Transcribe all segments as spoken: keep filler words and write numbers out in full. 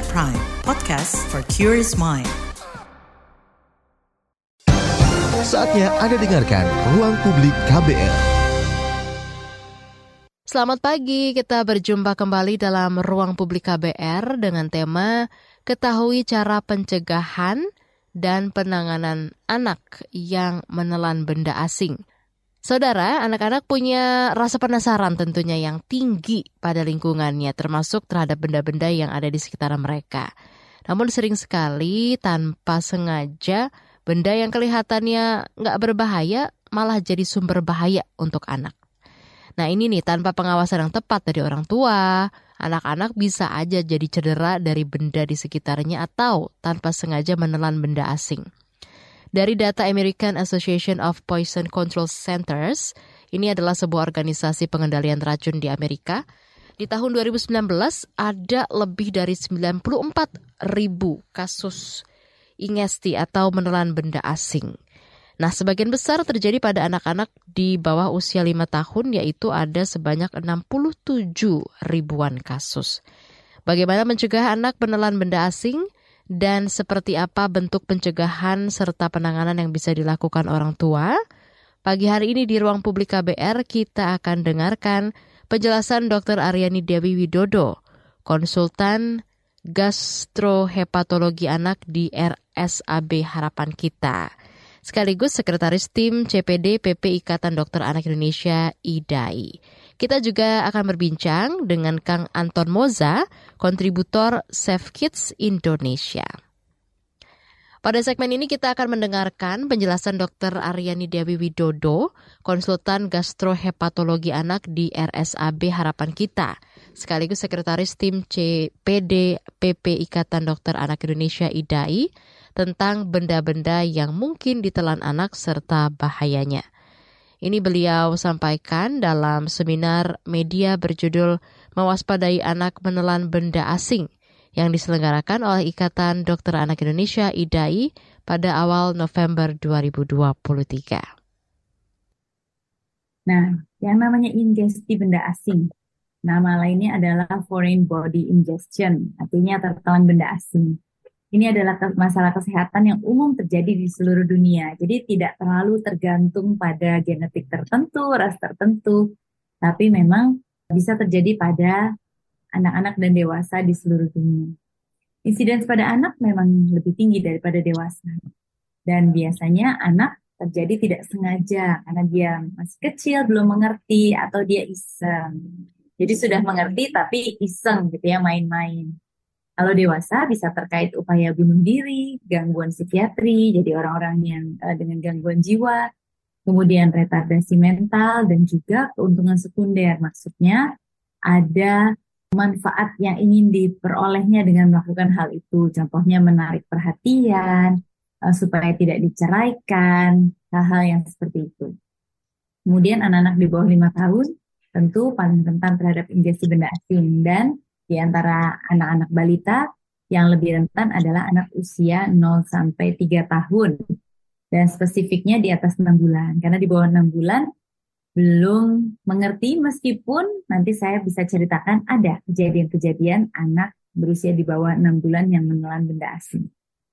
Prime, podcast for curious mind. Saatnya Anda dengarkan Ruang Publik K B R. Selamat pagi, kita berjumpa kembali dalam Ruang Publik K B R dengan tema Ketahui Cara Pencegahan dan Penanganan Anak yang Menelan Benda Asing. Saudara, anak-anak punya rasa penasaran tentunya yang tinggi pada lingkungannya, termasuk terhadap benda-benda yang ada di sekitar mereka. Namun sering sekali tanpa sengaja, benda yang kelihatannya nggak berbahaya malah jadi sumber bahaya untuk anak. Nah ini nih, tanpa pengawasan yang tepat dari orang tua, anak-anak bisa aja jadi cedera dari benda di sekitarnya atau tanpa sengaja menelan benda asing. Dari data American Association of Poison Control Centers, ini adalah sebuah organisasi pengendalian racun di Amerika. Di tahun dua ribu sembilan belas ada lebih dari sembilan puluh empat ribu kasus ingesti atau menelan benda asing. Nah, sebagian besar terjadi pada anak-anak di bawah usia lima tahun, yaitu ada sebanyak enam puluh tujuh ribuan kasus. Bagaimana mencegah anak menelan benda asing? Dan seperti apa bentuk pencegahan serta penanganan yang bisa dilakukan orang tua? Pagi hari ini di Ruang Publik K B R kita akan dengarkan penjelasan dokter Aryani Dewi Widodo, konsultan gastrohepatologi anak di R S A B Harapan Kita, sekaligus sekretaris tim C P D P P Ikatan Dokter Anak Indonesia I D A I. Kita juga akan berbincang dengan Kang Anton Moza, kontributor Save Kids Indonesia. Pada segmen ini kita akan mendengarkan penjelasan dokter Aryani Dewi Widodo, konsultan gastrohepatologi anak di R S A B Harapan Kita, sekaligus sekretaris tim C P D P P Ikatan Dokter Anak Indonesia I D A I, tentang benda-benda yang mungkin ditelan anak serta bahayanya. Ini beliau sampaikan dalam seminar media berjudul Mewaspadai Anak Menelan Benda Asing yang diselenggarakan oleh Ikatan Dokter Anak Indonesia I D A I pada awal November dua ribu dua puluh tiga. Nah, yang namanya ingesti benda asing, nama lainnya adalah foreign body ingestion, artinya tertelan benda asing. Ini adalah masalah kesehatan yang umum terjadi di seluruh dunia. Jadi tidak terlalu tergantung pada genetik tertentu, ras tertentu. Tapi memang bisa terjadi pada anak-anak dan dewasa di seluruh dunia. Insiden pada anak memang lebih tinggi daripada dewasa. Dan biasanya anak terjadi tidak sengaja karena dia masih kecil, belum mengerti, atau dia iseng. Jadi sudah mengerti tapi iseng gitu ya, main-main. Kalau dewasa bisa terkait upaya bunuh diri, gangguan psikiatri, jadi orang-orang yang uh, dengan gangguan jiwa, kemudian retardasi mental, dan juga keuntungan sekunder. Maksudnya ada manfaat yang ingin diperolehnya dengan melakukan hal itu. Contohnya menarik perhatian, uh, supaya tidak diceraikan, hal-hal yang seperti itu. Kemudian anak-anak di bawah lima tahun tentu paling rentan terhadap ingesti benda asing, dan di antara anak-anak balita yang lebih rentan adalah anak usia nol sampai tiga tahun. Dan spesifiknya di atas enam bulan. Karena di bawah enam bulan belum mengerti, meskipun nanti saya bisa ceritakan ada kejadian-kejadian anak berusia di bawah enam bulan yang menelan benda asing.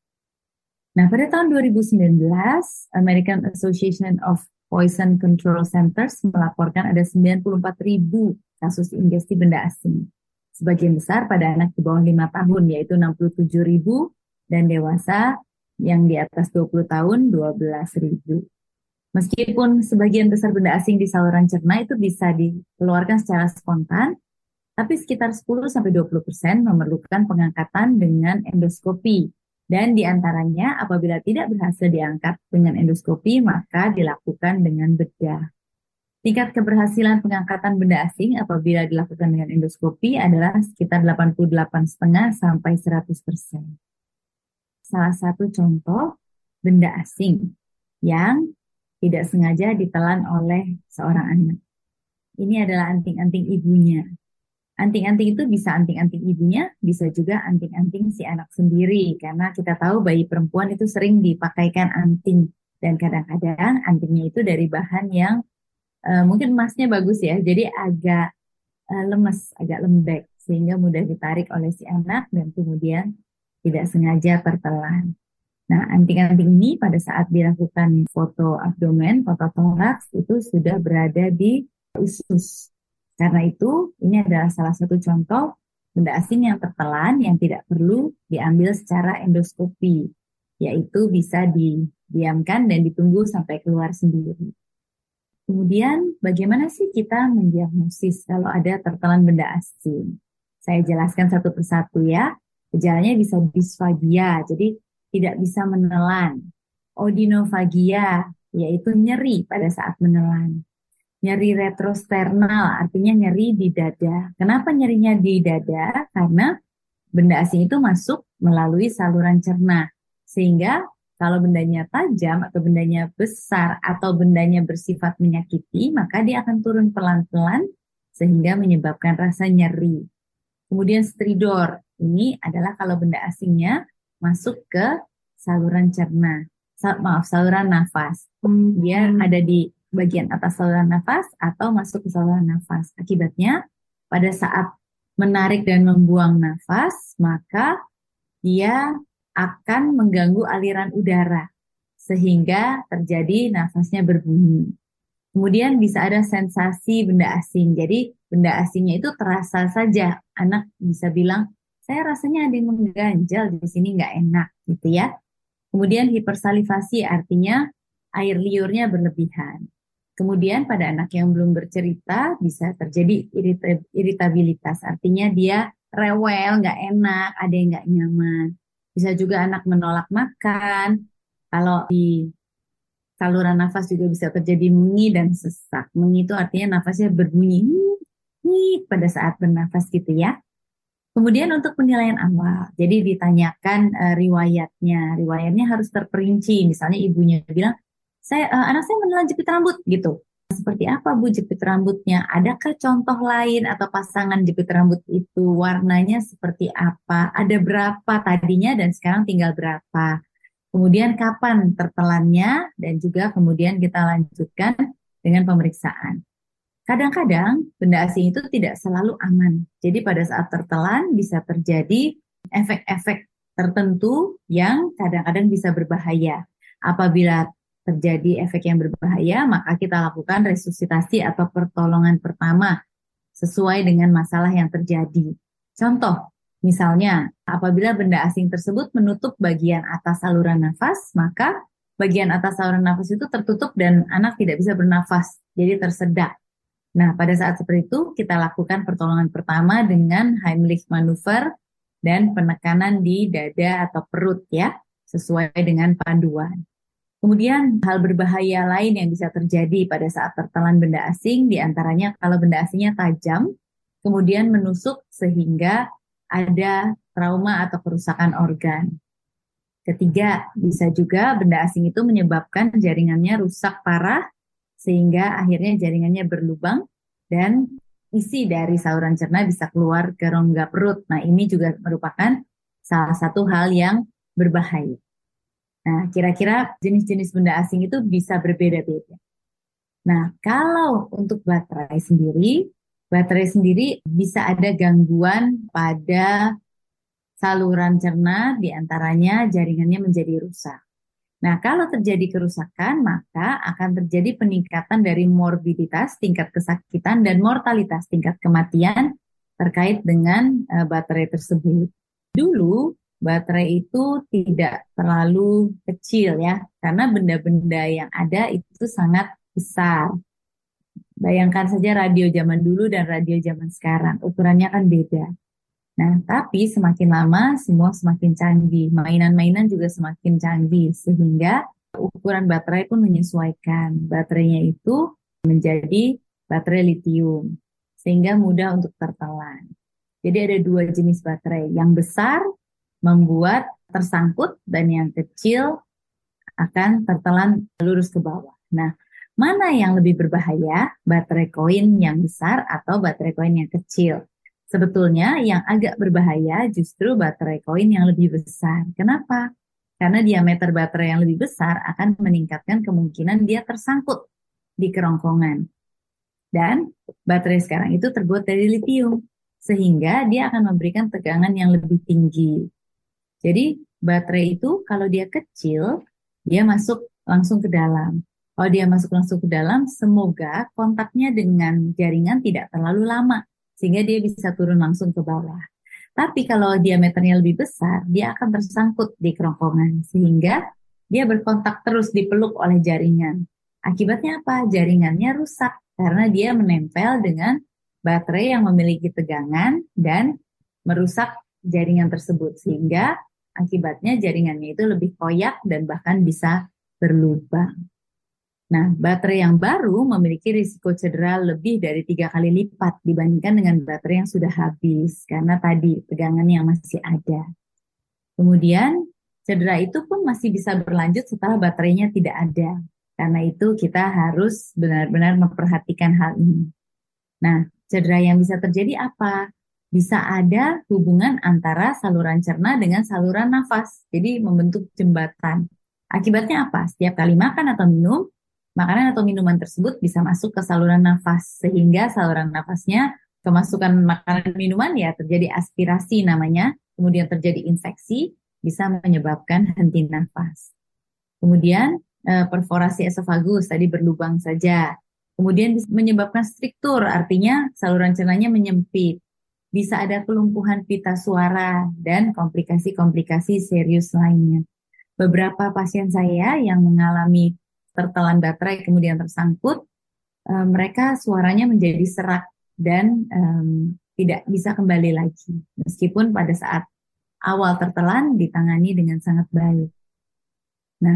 Nah, pada tahun dua ribu sembilan belas, American Association of Poison Control Centers melaporkan ada sembilan puluh empat ribu kasus ingesti benda asing. Sebagian besar pada anak di bawah lima tahun, yaitu enam puluh tujuh ribu, dan dewasa yang di atas dua puluh tahun, dua belas ribu. Meskipun sebagian besar benda asing di saluran cerna itu bisa dikeluarkan secara spontan, tapi sekitar sepuluh sampai dua puluh persen memerlukan pengangkatan dengan endoskopi. Dan di antaranya apabila tidak berhasil diangkat dengan endoskopi, maka dilakukan dengan bedah. Tingkat keberhasilan pengangkatan benda asing apabila dilakukan dengan endoskopi adalah sekitar delapan puluh delapan koma lima sampai seratus persen. Salah satu contoh benda asing yang tidak sengaja ditelan oleh seorang anak. Ini adalah anting-anting ibunya. Anting-anting itu bisa anting-anting ibunya, bisa juga anting-anting si anak sendiri. Karena kita tahu bayi perempuan itu sering dipakaikan anting. Dan kadang-kadang antingnya itu dari bahan yang Uh, mungkin emasnya bagus ya, jadi agak uh, lemes, agak lembek. sehingga mudah ditarik oleh si anak dan kemudian tidak sengaja tertelan. Nah, anting-anting ini pada saat dilakukan foto abdomen, foto toraks itu sudah berada di usus. Karena itu, ini adalah salah satu contoh benda asing yang tertelan yang tidak perlu diambil secara endoskopi, yaitu bisa didiamkan dan ditunggu sampai keluar sendiri. Kemudian, bagaimana sih kita mendiagnosis kalau ada tertelan benda asing? Saya jelaskan satu persatu ya. Gejalanya bisa disfagia, jadi tidak bisa menelan. Odinofagia, yaitu nyeri pada saat menelan. Nyeri retrosternal, artinya nyeri di dada. Kenapa nyerinya di dada? Karena benda asing itu masuk melalui saluran cerna. Sehingga kalau bendanya tajam atau bendanya besar atau bendanya bersifat menyakiti, maka dia akan turun pelan-pelan sehingga menyebabkan rasa nyeri. Kemudian stridor, ini adalah kalau benda asingnya masuk ke saluran cerna, Sal, maaf saluran nafas. Dia ada di bagian atas saluran nafas atau masuk ke saluran nafas. Akibatnya pada saat menarik dan membuang nafas, maka dia akan mengganggu aliran udara sehingga terjadi nafasnya berbunyi. Kemudian bisa ada sensasi benda asing. Jadi benda asingnya itu terasa saja. Anak bisa bilang, saya rasanya ada yang mengganjal di sini, nggak enak gitu ya. Kemudian hipersalivasi artinya air liurnya berlebihan. Kemudian pada anak yang belum bercerita bisa terjadi iritabilitas, artinya dia rewel, nggak enak, ada yang nggak nyaman. Bisa juga anak menolak makan. Kalau di saluran nafas juga bisa terjadi mengi dan sesak. Mengi itu artinya nafasnya berbunyi nih pada saat bernafas gitu ya. Kemudian untuk penilaian awal, jadi ditanyakan uh, riwayatnya. Riwayatnya harus terperinci. Misalnya ibunya bilang, saya uh, anak saya menelan jepit rambut gitu. Seperti apa Bu jepit rambutnya? Adakah contoh lain atau pasangan jepit rambut itu? Warnanya seperti apa? Ada berapa tadinya dan sekarang tinggal berapa? Kemudian kapan tertelannya? Dan juga kemudian kita lanjutkan dengan pemeriksaan. Kadang-kadang benda asing itu tidak selalu aman. Jadi pada saat tertelan bisa terjadi efek-efek tertentu yang kadang-kadang bisa berbahaya. Apabila terjadi efek yang berbahaya, maka kita lakukan resusitasi atau pertolongan pertama sesuai dengan masalah yang terjadi. Contoh, misalnya apabila benda asing tersebut menutup bagian atas saluran nafas, maka bagian atas saluran nafas itu tertutup dan anak tidak bisa bernafas, jadi tersedak. Nah, pada saat seperti itu, kita lakukan pertolongan pertama dengan Heimlich maneuver dan penekanan di dada atau perut ya, sesuai dengan panduan. Kemudian hal berbahaya lain yang bisa terjadi pada saat tertelan benda asing, diantaranya kalau benda asingnya tajam, kemudian menusuk sehingga ada trauma atau kerusakan organ. Ketiga, bisa juga benda asing itu menyebabkan jaringannya rusak parah, sehingga akhirnya jaringannya berlubang dan isi dari saluran cerna bisa keluar ke rongga perut. Nah, ini juga merupakan salah satu hal yang berbahaya. Nah, kira-kira jenis-jenis benda asing itu bisa berbeda-beda. Nah, kalau untuk baterai sendiri, baterai sendiri bisa ada gangguan pada saluran cerna, diantaranya jaringannya menjadi rusak. Nah, kalau terjadi kerusakan, maka akan terjadi peningkatan dari morbiditas, tingkat kesakitan, dan mortalitas, tingkat kematian terkait dengan uh, baterai tersebut. Dulu, baterai itu tidak terlalu kecil ya, karena benda-benda yang ada itu sangat besar. Bayangkan saja radio zaman dulu dan radio zaman sekarang, ukurannya kan beda. Nah, tapi semakin lama semua semakin canggih, mainan-mainan juga semakin canggih, sehingga ukuran baterai pun menyesuaikan. Baterainya itu menjadi baterai litium, sehingga mudah untuk tertelan. Jadi ada dua jenis baterai, yang besar membuat tersangkut dan yang kecil akan tertelan lurus ke bawah. Nah, mana yang lebih berbahaya, baterai koin yang besar atau baterai koin yang kecil? Sebetulnya yang agak berbahaya justru baterai koin yang lebih besar. Kenapa? Karena diameter baterai yang lebih besar akan meningkatkan kemungkinan dia tersangkut di kerongkongan. Dan baterai sekarang itu terbuat dari litium. sehingga dia akan memberikan tegangan yang lebih tinggi. Jadi baterai itu kalau dia kecil, dia masuk langsung ke dalam. Kalau dia masuk langsung ke dalam, semoga kontaknya dengan jaringan tidak terlalu lama, sehingga dia bisa turun langsung ke bawah. Tapi kalau diameternya lebih besar, dia akan tersangkut di kerongkongan, sehingga dia berkontak terus dipeluk oleh jaringan. Akibatnya apa? Jaringannya rusak, karena dia menempel dengan baterai yang memiliki tegangan dan merusak jaringan tersebut, sehingga akibatnya jaringannya itu lebih koyak dan bahkan bisa berlubang. Nah, baterai yang baru memiliki risiko cedera lebih dari tiga kali lipat dibandingkan dengan baterai yang sudah habis, karena tadi tegangan yang masih ada. Kemudian, cedera itu pun masih bisa berlanjut setelah baterainya tidak ada. Karena itu kita harus benar-benar memperhatikan hal ini. Nah, cedera yang bisa terjadi apa? Bisa ada hubungan antara saluran cerna dengan saluran nafas, jadi membentuk jembatan. Akibatnya apa? Setiap kali makan atau minum, makanan atau minuman tersebut bisa masuk ke saluran nafas, sehingga saluran nafasnya kemasukan makanan minuman ya terjadi aspirasi namanya, kemudian terjadi infeksi, bisa menyebabkan henti nafas. Kemudian perforasi esofagus tadi berlubang saja. Kemudian menyebabkan struktur, artinya saluran cernanya menyempit. Bisa ada kelumpuhan pita suara dan komplikasi-komplikasi serius lainnya. Beberapa pasien saya yang mengalami tertelan baterai kemudian tersangkut, e, mereka suaranya menjadi serak dan e, tidak bisa kembali lagi. Meskipun pada saat awal tertelan ditangani dengan sangat baik. Nah,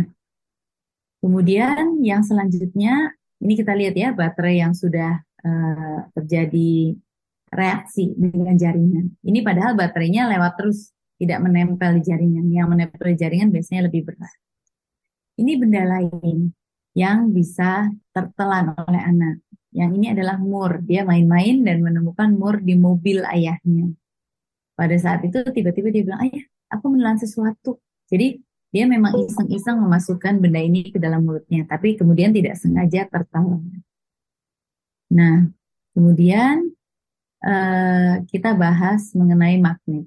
kemudian yang selanjutnya, ini kita lihat ya baterai yang sudah e, terjadi reaksi dengan jaringan. Ini padahal baterainya lewat terus, tidak menempel di jaringan. Yang menempel di jaringan biasanya lebih berat. Ini benda lain yang bisa tertelan oleh anak. Yang ini adalah mur. Dia main-main dan menemukan mur di mobil ayahnya. Pada saat itu tiba-tiba dia bilang, ayah, aku menelan sesuatu. Jadi dia memang iseng-iseng memasukkan benda ini ke dalam mulutnya, tapi kemudian tidak sengaja tertelan. Nah, kemudian uh, kita bahas mengenai magnet.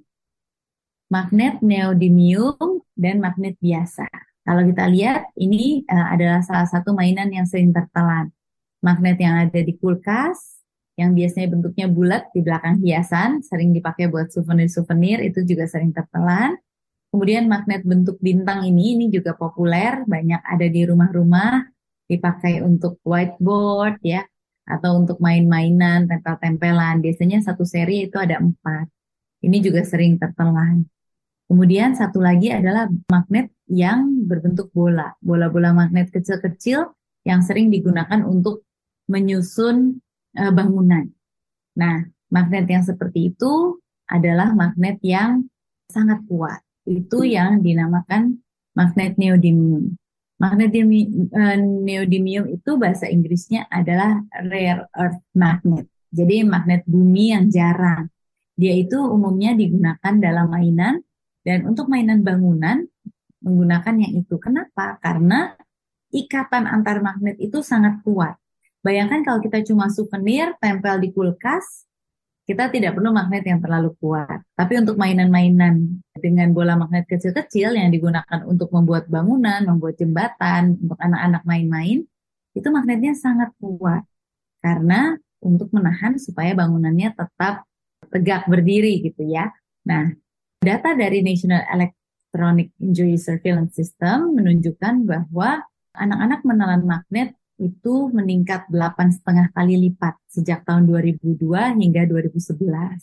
Magnet neodymium dan magnet biasa. Kalau kita lihat, ini uh, adalah salah satu mainan yang sering tertelan. Magnet yang ada di kulkas, yang biasanya bentuknya bulat di belakang hiasan, sering dipakai buat souvenir-souvenir, itu juga sering tertelan. Kemudian magnet bentuk bintang ini, ini juga populer, banyak ada di rumah-rumah, dipakai untuk whiteboard ya, atau untuk main-mainan, tempel-tempelan. Biasanya satu seri itu ada empat. Ini juga sering tertelan. Kemudian satu lagi adalah magnet yang berbentuk bola. Bola-bola magnet kecil-kecil yang sering digunakan untuk menyusun uh, bangunan. Nah, magnet yang seperti itu adalah magnet yang sangat kuat. Itu yang dinamakan magnet neodymium. Magnet uh, neodymium itu bahasa Inggrisnya adalah rare earth magnet. Jadi magnet bumi yang jarang. Dia itu umumnya digunakan dalam mainan dan untuk mainan bangunan menggunakan yang itu. Kenapa? Karena ikatan antar magnet itu sangat kuat. Bayangkan kalau kita cuma souvenir tempel di kulkas, kita tidak perlu magnet yang terlalu kuat. Tapi untuk mainan-mainan dengan bola magnet kecil-kecil yang digunakan untuk membuat bangunan, membuat jembatan, untuk anak-anak main-main, itu magnetnya sangat kuat. Karena untuk menahan supaya bangunannya tetap tegak berdiri gitu ya. Nah, data dari National Electronic Injury Surveillance System menunjukkan bahwa anak-anak menelan magnet itu meningkat delapan koma lima kali lipat sejak tahun dua ribu dua hingga dua ribu sebelas.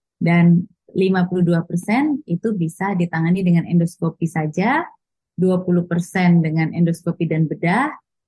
Dan lima puluh dua persen itu bisa ditangani dengan endoskopi saja, dua puluh persen dengan endoskopi dan bedah,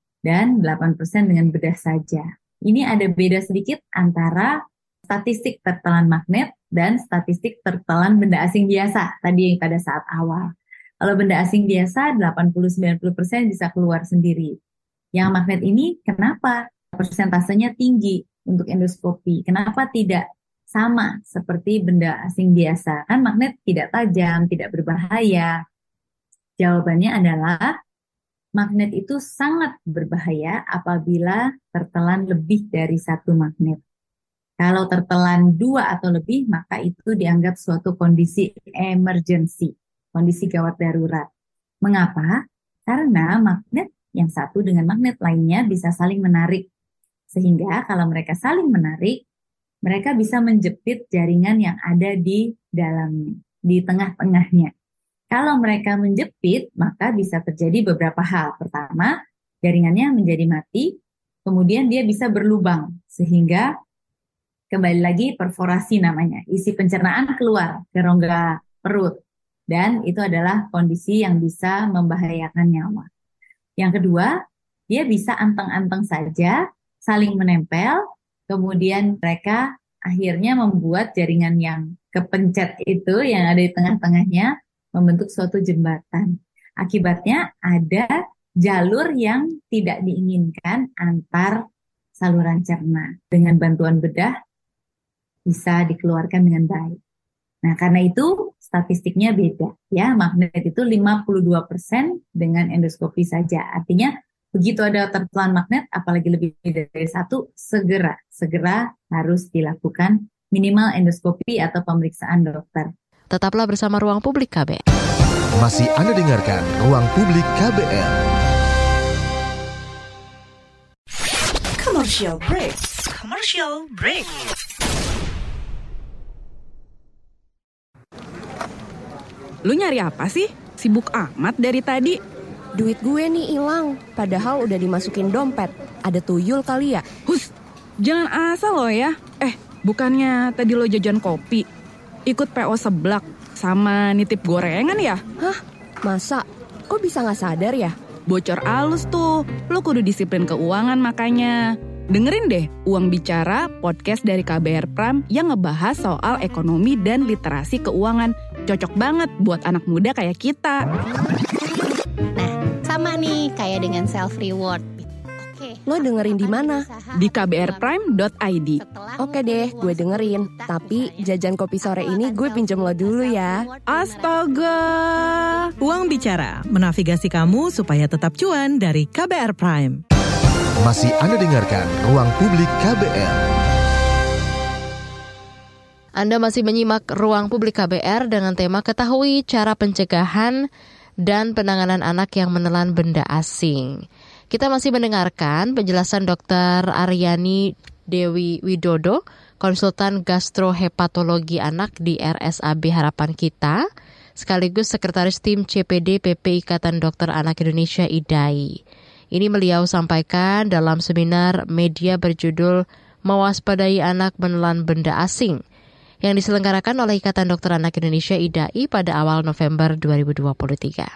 dan delapan persen dengan bedah saja. Ini ada beda sedikit antara statistik tertelan magnet dan statistik tertelan benda asing biasa tadi yang pada saat awal. Kalau benda asing biasa delapan puluh sampai sembilan puluh persen bisa keluar sendiri. Yang magnet ini kenapa persentasenya tinggi untuk endoskopi? Kenapa tidak sama seperti benda asing biasa? Kan magnet tidak tajam, tidak berbahaya. Jawabannya adalah magnet itu sangat berbahaya apabila tertelan lebih dari satu magnet. Kalau tertelan dua atau lebih, maka itu dianggap suatu kondisi emergency, kondisi gawat darurat. Mengapa? Karena magnet yang satu dengan magnet lainnya bisa saling menarik. Sehingga kalau mereka saling menarik, mereka bisa menjepit jaringan yang ada di dalamnya, di tengah-tengahnya. Kalau mereka menjepit, maka bisa terjadi beberapa hal. Pertama, jaringannya menjadi mati, kemudian dia bisa berlubang, sehingga kembali lagi perforasi namanya, isi pencernaan keluar ke rongga perut, dan itu adalah kondisi yang bisa membahayakan nyawa. Yang kedua, dia bisa anteng-anteng saja, saling menempel, kemudian mereka akhirnya membuat jaringan yang kepencet itu, yang ada di tengah-tengahnya, membentuk suatu jembatan. Akibatnya ada jalur yang tidak diinginkan antar saluran cerna. Dengan bantuan bedah, bisa dikeluarkan dengan baik. Nah, karena itu statistiknya beda. Ya, magnet itu lima puluh dua persen dengan endoskopi saja. Artinya, begitu ada tertelan magnet, apalagi lebih dari satu, segera, segera harus dilakukan minimal endoskopi atau pemeriksaan dokter. Tetaplah bersama Ruang Publik K B R. Masih Anda dengarkan Ruang Publik K B R. Commercial break. Commercial break. Lu nyari apa sih? Sibuk amat dari tadi. Duit gue nih hilang, padahal udah dimasukin dompet. Ada tuyul kali ya? Hus, jangan asal lo ya. Eh, bukannya tadi lo jajan kopi, ikut P O seblak, sama nitip gorengan ya? Hah? Masa? Kok bisa gak sadar ya? Bocor alus tuh, lo kudu disiplin keuangan makanya. Dengerin deh Uang Bicara, podcast dari K B R Prime yang ngebahas soal ekonomi dan literasi keuangan. Cocok banget buat anak muda kayak kita. Nah, sama nih kayak dengan self reward. Oke. Lo dengerin di mana? Di k b r prime dot i d. Oke deh, gue dengerin. Tapi jajan kopi sore ini gue pinjem lo dulu ya. Astaga. Uang Bicara, menavigasi kamu supaya tetap cuan dari K B R Prime. Masih Anda dengarkan Ruang Publik K B R. Anda masih menyimak Ruang Publik K B R dengan tema ketahui cara pencegahan dan penanganan anak yang menelan benda asing. Kita masih mendengarkan penjelasan dokter Aryani Dewi Widodo, konsultan gastrohepatologi anak di R S A B Harapan Kita, sekaligus sekretaris tim C P D P P Ikatan Dokter Anak Indonesia I D A I. Ini beliau sampaikan dalam seminar media berjudul Mewaspadai Anak Menelan Benda Asing yang diselenggarakan oleh Ikatan Dokter Anak Indonesia I D A I pada awal November dua ribu dua puluh tiga.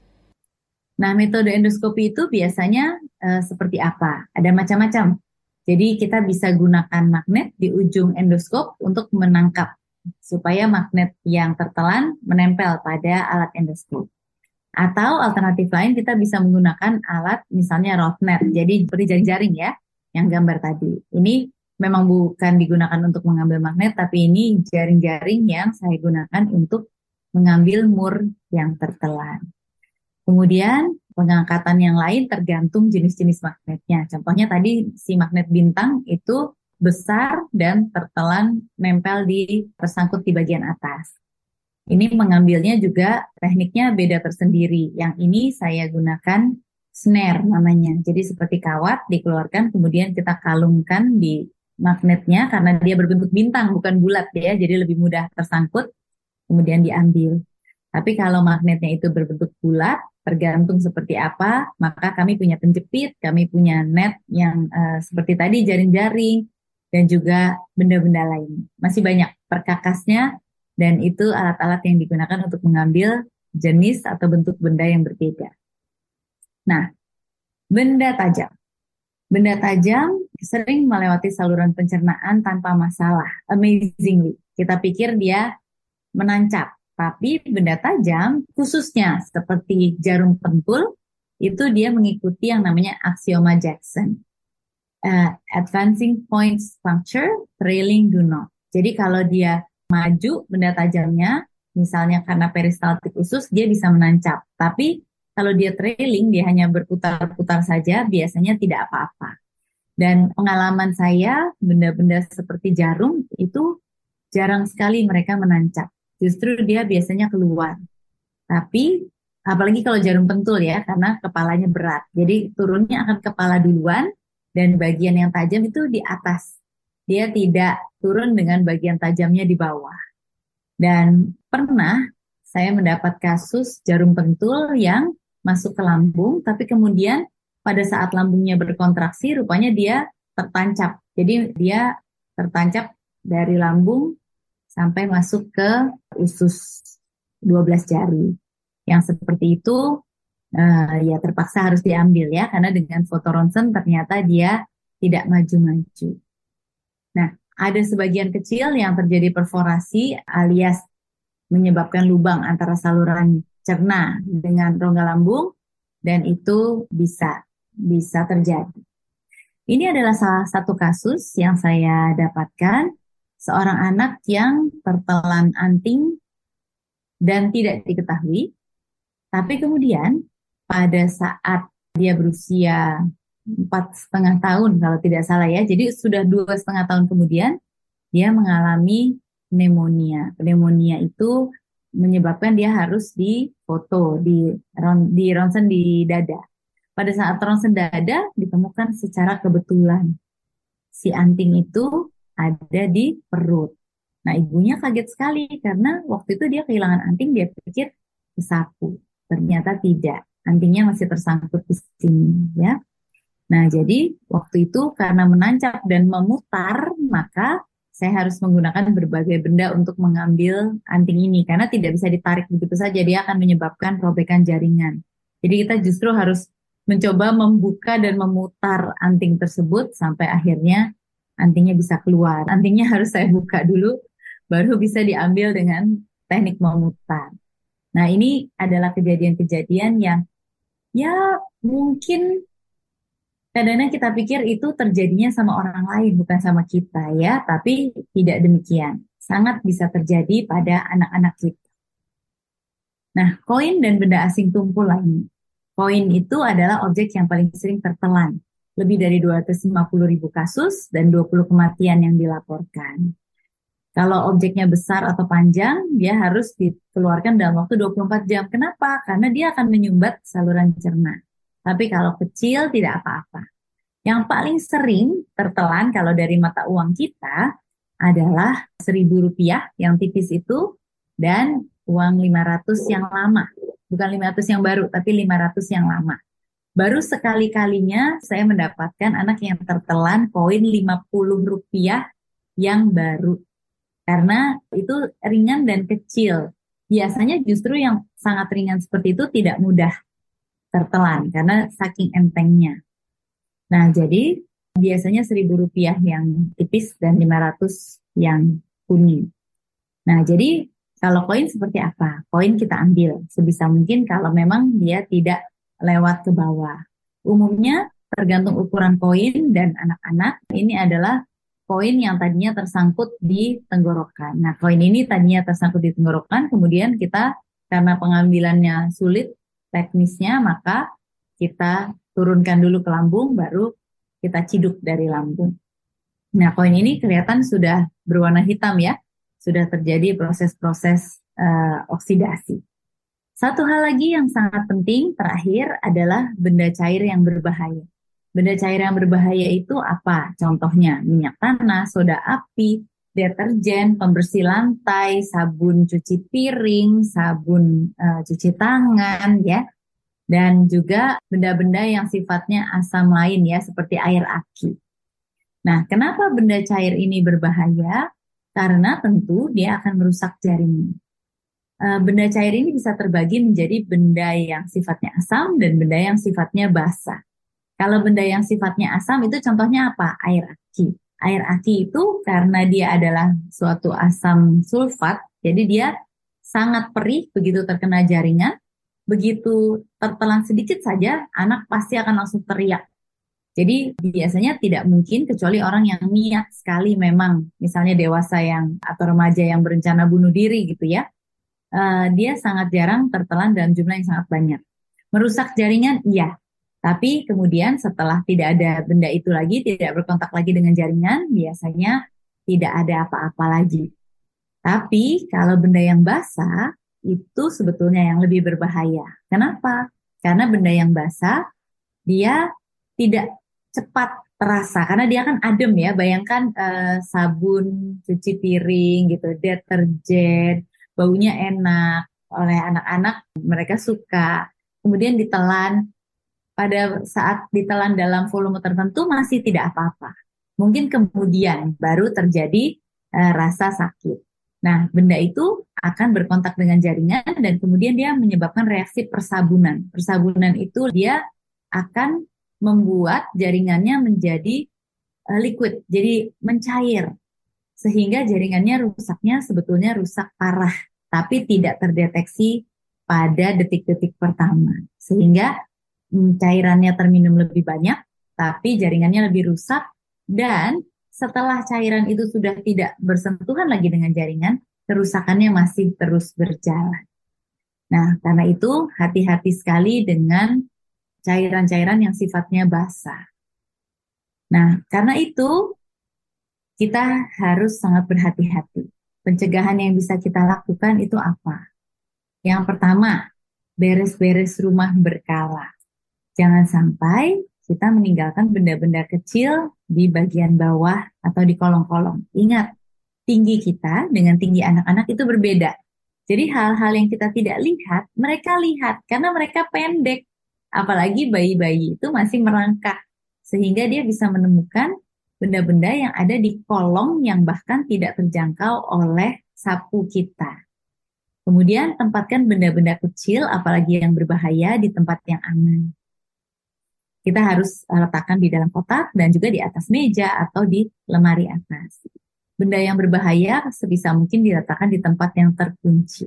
Nah, metode endoskopi itu biasanya uh, seperti apa? Ada macam-macam. Jadi kita bisa gunakan magnet di ujung endoskop untuk menangkap supaya magnet yang tertelan menempel pada alat endoskop. Atau alternatif lain kita bisa menggunakan alat misalnya roughnect, jadi seperti jaring-jaring ya, yang gambar tadi. Ini memang bukan digunakan untuk mengambil magnet, tapi ini jaring-jaring yang saya gunakan untuk mengambil mur yang tertelan. Kemudian pengangkatan yang lain tergantung jenis-jenis magnetnya. Contohnya tadi si magnet bintang itu besar dan tertelan nempel di tersangkut di bagian atas. Ini mengambilnya juga tekniknya beda tersendiri. Yang ini saya gunakan snare namanya. Jadi seperti kawat dikeluarkan kemudian kita kalungkan di magnetnya karena dia berbentuk bintang bukan bulat ya. Jadi lebih mudah tersangkut kemudian diambil. Tapi kalau magnetnya itu berbentuk bulat, tergantung seperti apa, maka kami punya penjepit, kami punya net yang uh, seperti tadi jaring-jaring dan juga benda-benda lain. Masih banyak perkakasnya. Dan itu alat-alat yang digunakan untuk mengambil jenis atau bentuk benda yang berbeda. Nah, benda tajam. Benda tajam sering melewati saluran pencernaan tanpa masalah. Amazingly. Kita pikir dia menancap. Tapi benda tajam, khususnya seperti jarum pentul, itu dia mengikuti yang namanya aksioma Jackson. Uh, advancing points puncture, trailing do not. Jadi kalau dia maju benda tajamnya, misalnya karena peristaltik usus, dia bisa menancap. Tapi kalau dia trailing, dia hanya berputar-putar saja, biasanya tidak apa-apa. Dan pengalaman saya, benda-benda seperti jarum itu jarang sekali mereka menancap. Justru dia biasanya keluar. Tapi apalagi kalau jarum pentul ya, karena kepalanya berat. Jadi turunnya akan kepala duluan dan bagian yang tajam itu di atas. Dia tidak turun dengan bagian tajamnya di bawah. Dan pernah saya mendapat kasus jarum pentul yang masuk ke lambung, tapi kemudian pada saat lambungnya berkontraksi, rupanya dia tertancap. Jadi dia tertancap dari lambung sampai masuk ke usus dua belas jari. Yang seperti itu uh, ya terpaksa harus diambil ya, karena dengan foto ronsen ternyata dia tidak maju-maju. Nah, ada sebagian kecil yang terjadi perforasi alias menyebabkan lubang antara saluran cerna dengan rongga lambung, dan itu bisa bisa terjadi. Ini adalah salah satu kasus yang saya dapatkan, seorang anak yang tertelan anting dan tidak diketahui, tapi kemudian pada saat dia berusia empat setengah tahun kalau tidak salah ya, jadi sudah dua setengah tahun kemudian dia mengalami pneumonia. Pneumonia itu menyebabkan dia harus difoto, di di ronsen di dada. Pada saat ronsen dada ditemukan secara kebetulan si anting itu ada di perut. Nah, ibunya kaget sekali karena waktu itu dia kehilangan anting, dia pikir kesapu. Ternyata tidak, antingnya masih tersangkut di sini ya. Nah, jadi waktu itu karena menancap dan memutar, maka saya harus menggunakan berbagai benda untuk mengambil anting ini karena tidak bisa ditarik begitu saja, dia akan menyebabkan robekan jaringan. Jadi kita justru harus mencoba membuka dan memutar anting tersebut sampai akhirnya antingnya bisa keluar. Antingnya harus saya buka dulu, baru bisa diambil dengan teknik memutar. Nah, ini adalah kejadian-kejadian yang ya mungkin kadang-kadang kita pikir itu terjadinya sama orang lain, bukan sama kita ya, tapi tidak demikian. Sangat bisa terjadi pada anak-anak kita. Nah, koin dan benda asing tumpul lainnya. Koin itu adalah objek yang paling sering tertelan. Lebih dari dua ratus lima puluh ribu kasus dan dua puluh kematian yang dilaporkan. Kalau objeknya besar atau panjang, dia harus dikeluarkan dalam waktu dua puluh empat jam. Kenapa? Karena dia akan menyumbat saluran cerna. Tapi kalau kecil tidak apa-apa. Yang paling sering tertelan kalau dari mata uang kita adalah seribu rupiah yang tipis itu dan uang lima ratus yang lama. Bukan lima ratus yang baru, tapi lima ratus yang lama. Baru sekali-kalinya saya mendapatkan anak yang tertelan koin lima puluh rupiah yang baru. Karena itu ringan dan kecil. Biasanya justru yang sangat ringan seperti itu tidak mudah tertelan karena saking entengnya. Nah, jadi biasanya seribu rupiah yang tipis dan lima ratus yang kuning. Nah, jadi kalau koin seperti apa? Koin kita ambil sebisa mungkin kalau memang dia tidak lewat ke bawah. Umumnya tergantung ukuran koin dan anak-anak, ini adalah koin yang tadinya tersangkut di tenggorokan. Nah, koin ini tadinya tersangkut di tenggorokan, kemudian kita karena pengambilannya sulit teknisnya, maka kita turunkan dulu ke lambung, baru kita ciduk dari lambung. Nah, koin ini kelihatan sudah berwarna hitam ya, sudah terjadi proses-proses uh, oksidasi. Satu hal lagi yang sangat penting terakhir adalah benda cair yang berbahaya. Benda cair yang berbahaya itu apa? Contohnya minyak tanah, soda api, deterjen, pembersih lantai, sabun cuci piring, sabun uh, cuci tangan ya. Dan juga benda-benda yang sifatnya asam lain ya, seperti air aki. Nah, kenapa benda cair ini berbahaya? Karena tentu dia akan merusak jaringan. E, benda cair ini bisa terbagi menjadi benda yang sifatnya asam dan benda yang sifatnya basa. Kalau benda yang sifatnya asam itu contohnya apa? Air aki. Air aki itu karena dia adalah suatu asam sulfat, jadi dia sangat perih begitu terkena jaringan. Begitu tertelan sedikit saja, anak pasti akan langsung teriak. Jadi biasanya tidak mungkin kecuali orang yang niat sekali memang, misalnya dewasa yang atau remaja yang berencana bunuh diri gitu ya. Uh, dia sangat jarang tertelan dalam jumlah yang sangat banyak. Merusak jaringan, iya. Tapi kemudian setelah tidak ada benda itu lagi, tidak berkontak lagi dengan jaringan, biasanya tidak ada apa-apa lagi. Tapi kalau benda yang basah, itu sebetulnya yang lebih berbahaya. Kenapa? Karena benda yang basah, dia tidak cepat terasa. Karena dia kan adem ya, bayangkan eh, sabun, cuci piring gitu, deterjen, baunya enak, oleh anak-anak mereka suka. Kemudian ditelan, pada saat ditelan dalam volume tertentu masih tidak apa-apa. Mungkin kemudian baru terjadi uh, rasa sakit. Nah, benda itu akan berkontak dengan jaringan dan kemudian dia menyebabkan reaksi persabunan. Persabunan itu dia akan membuat jaringannya menjadi uh, liquid, jadi mencair. Sehingga jaringannya rusaknya sebetulnya rusak parah, tapi tidak terdeteksi pada detik-detik pertama. Sehingga cairannya terminum lebih banyak, tapi jaringannya lebih rusak, dan setelah cairan itu sudah tidak bersentuhan lagi dengan jaringan, kerusakannya masih terus berjalan. Nah, karena itu hati-hati sekali dengan cairan-cairan yang sifatnya basah. Nah, karena itu kita harus sangat berhati-hati. Pencegahan yang bisa kita lakukan itu apa? Yang pertama, beres-beres rumah berkala. Jangan sampai kita meninggalkan benda-benda kecil di bagian bawah atau di kolong-kolong. Ingat, tinggi kita dengan tinggi anak-anak itu berbeda. Jadi hal-hal yang kita tidak lihat, mereka lihat karena mereka pendek. Apalagi bayi-bayi itu masih merangkak. Sehingga dia bisa menemukan benda-benda yang ada di kolong yang bahkan tidak terjangkau oleh sapu kita. Kemudian tempatkan benda-benda kecil, apalagi yang berbahaya, di tempat yang aman. Kita harus letakkan di dalam kotak dan juga di atas meja atau di lemari atas. Benda yang berbahaya sebisa mungkin diletakkan di tempat yang terkunci.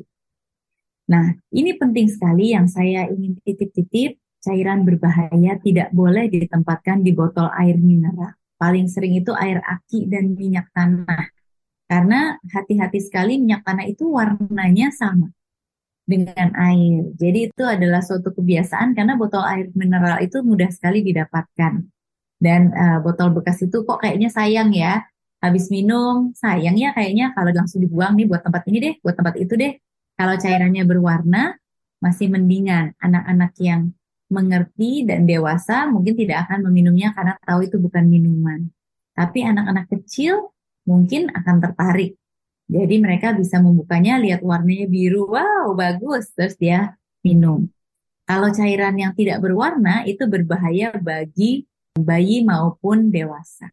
Nah, ini penting sekali yang saya ingin titip-titip. Cairan berbahaya tidak boleh ditempatkan di botol air mineral. Paling sering itu air aki dan minyak tanah. Karena hati-hati sekali minyak tanah itu warnanya sama dengan air. Jadi itu adalah suatu kebiasaan karena botol air mineral itu mudah sekali didapatkan. Dan uh, botol bekas itu kok kayaknya sayang ya. Habis minum, sayang ya kayaknya kalau langsung dibuang nih buat tempat ini deh, buat tempat itu deh. Kalau cairannya berwarna, masih mendingan. Anak-anak yang mengerti dan dewasa mungkin tidak akan meminumnya karena tahu itu bukan minuman. Tapi anak-anak kecil mungkin akan tertarik. Jadi mereka bisa membukanya, lihat warnanya biru, wow bagus, terus dia minum. Kalau cairan yang tidak berwarna itu berbahaya bagi bayi maupun dewasa.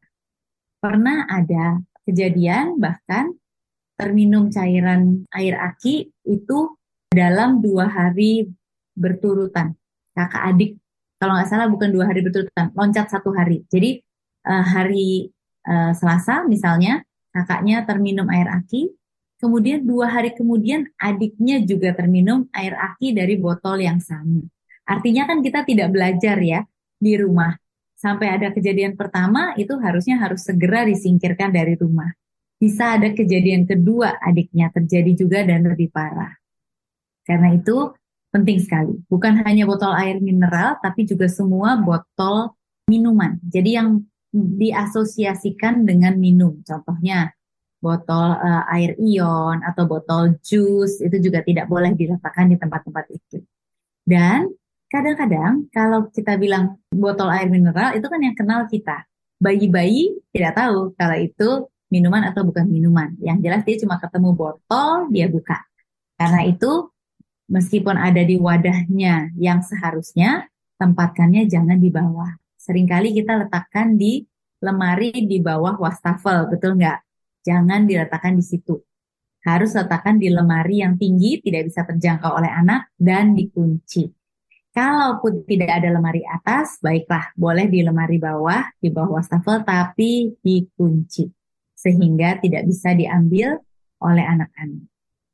Pernah ada kejadian bahkan terminum cairan air aki itu dalam dua hari berturutan. Kakak adik, kalau nggak salah bukan dua hari berturutan, loncat satu hari. Jadi uh, hari uh, Selasa misalnya, kakaknya terminum air aki, kemudian dua hari kemudian adiknya juga terminum air aki dari botol yang sama. Artinya kan kita tidak belajar ya di rumah. Sampai ada kejadian pertama itu harusnya harus segera disingkirkan dari rumah. Bisa ada kejadian kedua adiknya terjadi juga dan lebih parah. Karena itu penting sekali. Bukan hanya botol air mineral, tapi juga semua botol minuman. Jadi yang diasosiasikan dengan minum. Contohnya botol uh, air ion atau botol jus itu juga tidak boleh diletakkan di tempat-tempat itu. Dan kadang-kadang kalau kita bilang botol air mineral itu kan yang kenal kita. Bayi-bayi tidak tahu kalau itu minuman atau bukan minuman. Yang jelas dia cuma ketemu botol, dia buka. Karena itu meskipun ada di wadahnya yang seharusnya, tempatkannya jangan di bawah. Seringkali kita letakkan di lemari di bawah wastafel, betul nggak? Jangan diletakkan di situ. Harus letakkan di lemari yang tinggi, tidak bisa terjangkau oleh anak, dan dikunci. Kalaupun tidak ada lemari atas, baiklah, boleh di lemari bawah, di bawah wastafel, tapi dikunci. Sehingga tidak bisa diambil oleh anak-anak.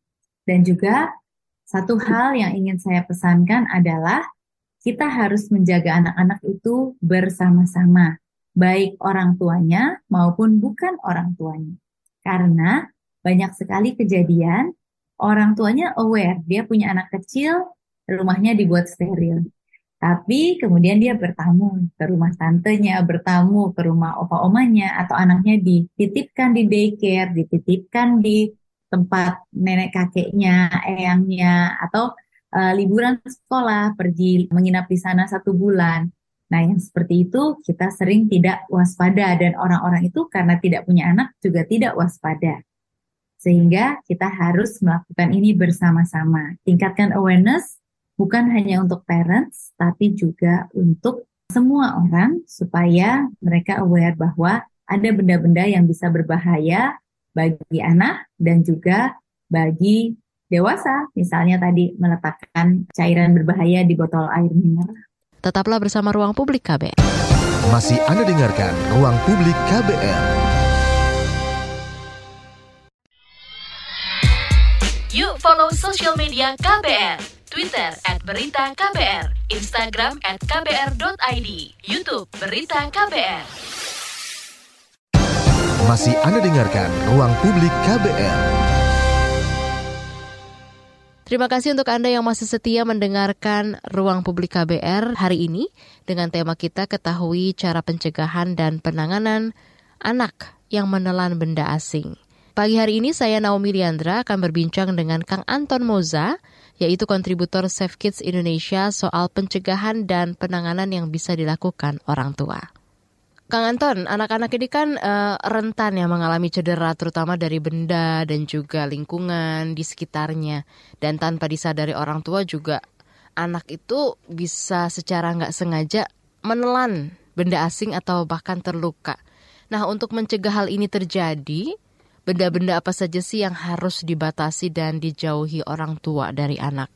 Dan juga, satu hal yang ingin saya pesankan adalah, kita harus menjaga anak-anak itu bersama-sama. Baik orang tuanya maupun bukan orang tuanya. Karena banyak sekali kejadian orang tuanya aware, dia punya anak kecil, rumahnya dibuat steril. Tapi kemudian dia bertamu ke rumah tantenya, bertamu ke rumah opa-omanya, atau anaknya dititipkan di daycare, dititipkan di tempat nenek kakeknya, eyangnya, atau uh, liburan sekolah, pergi menginap di sana satu bulan. Nah, yang seperti itu kita sering tidak waspada, dan orang-orang itu karena tidak punya anak juga tidak waspada. Sehingga kita harus melakukan ini bersama-sama. Tingkatkan awareness, bukan hanya untuk parents, tapi juga untuk semua orang supaya mereka aware bahwa ada benda-benda yang bisa berbahaya bagi anak dan juga bagi dewasa. Misalnya tadi meletakkan cairan berbahaya di botol air mineral. Tetaplah bersama Ruang Publik K B R. Masih Anda dengarkan Ruang Publik K B R. Yuk follow social media K B R. Twitter at Berita K B R, Instagram at k b r dot i d, YouTube Berita K B R. Masih Anda dengarkan Ruang Publik K B R. Terima kasih untuk Anda yang masih setia mendengarkan Ruang Publik K B R hari ini dengan tema kita ketahui cara pencegahan dan penanganan anak yang menelan benda asing. Pagi hari ini saya Naomi Liandra akan berbincang dengan Kang Anton Moza, yaitu kontributor Save Kids Indonesia soal pencegahan dan penanganan yang bisa dilakukan orang tua. Kang Anton, anak-anak ini kan uh, rentan ya mengalami cedera terutama dari benda dan juga lingkungan di sekitarnya. Dan tanpa disadari orang tua juga anak itu bisa secara nggak sengaja menelan benda asing atau bahkan terluka. Nah, untuk mencegah hal ini terjadi, benda-benda apa saja sih yang harus dibatasi dan dijauhi orang tua dari anak?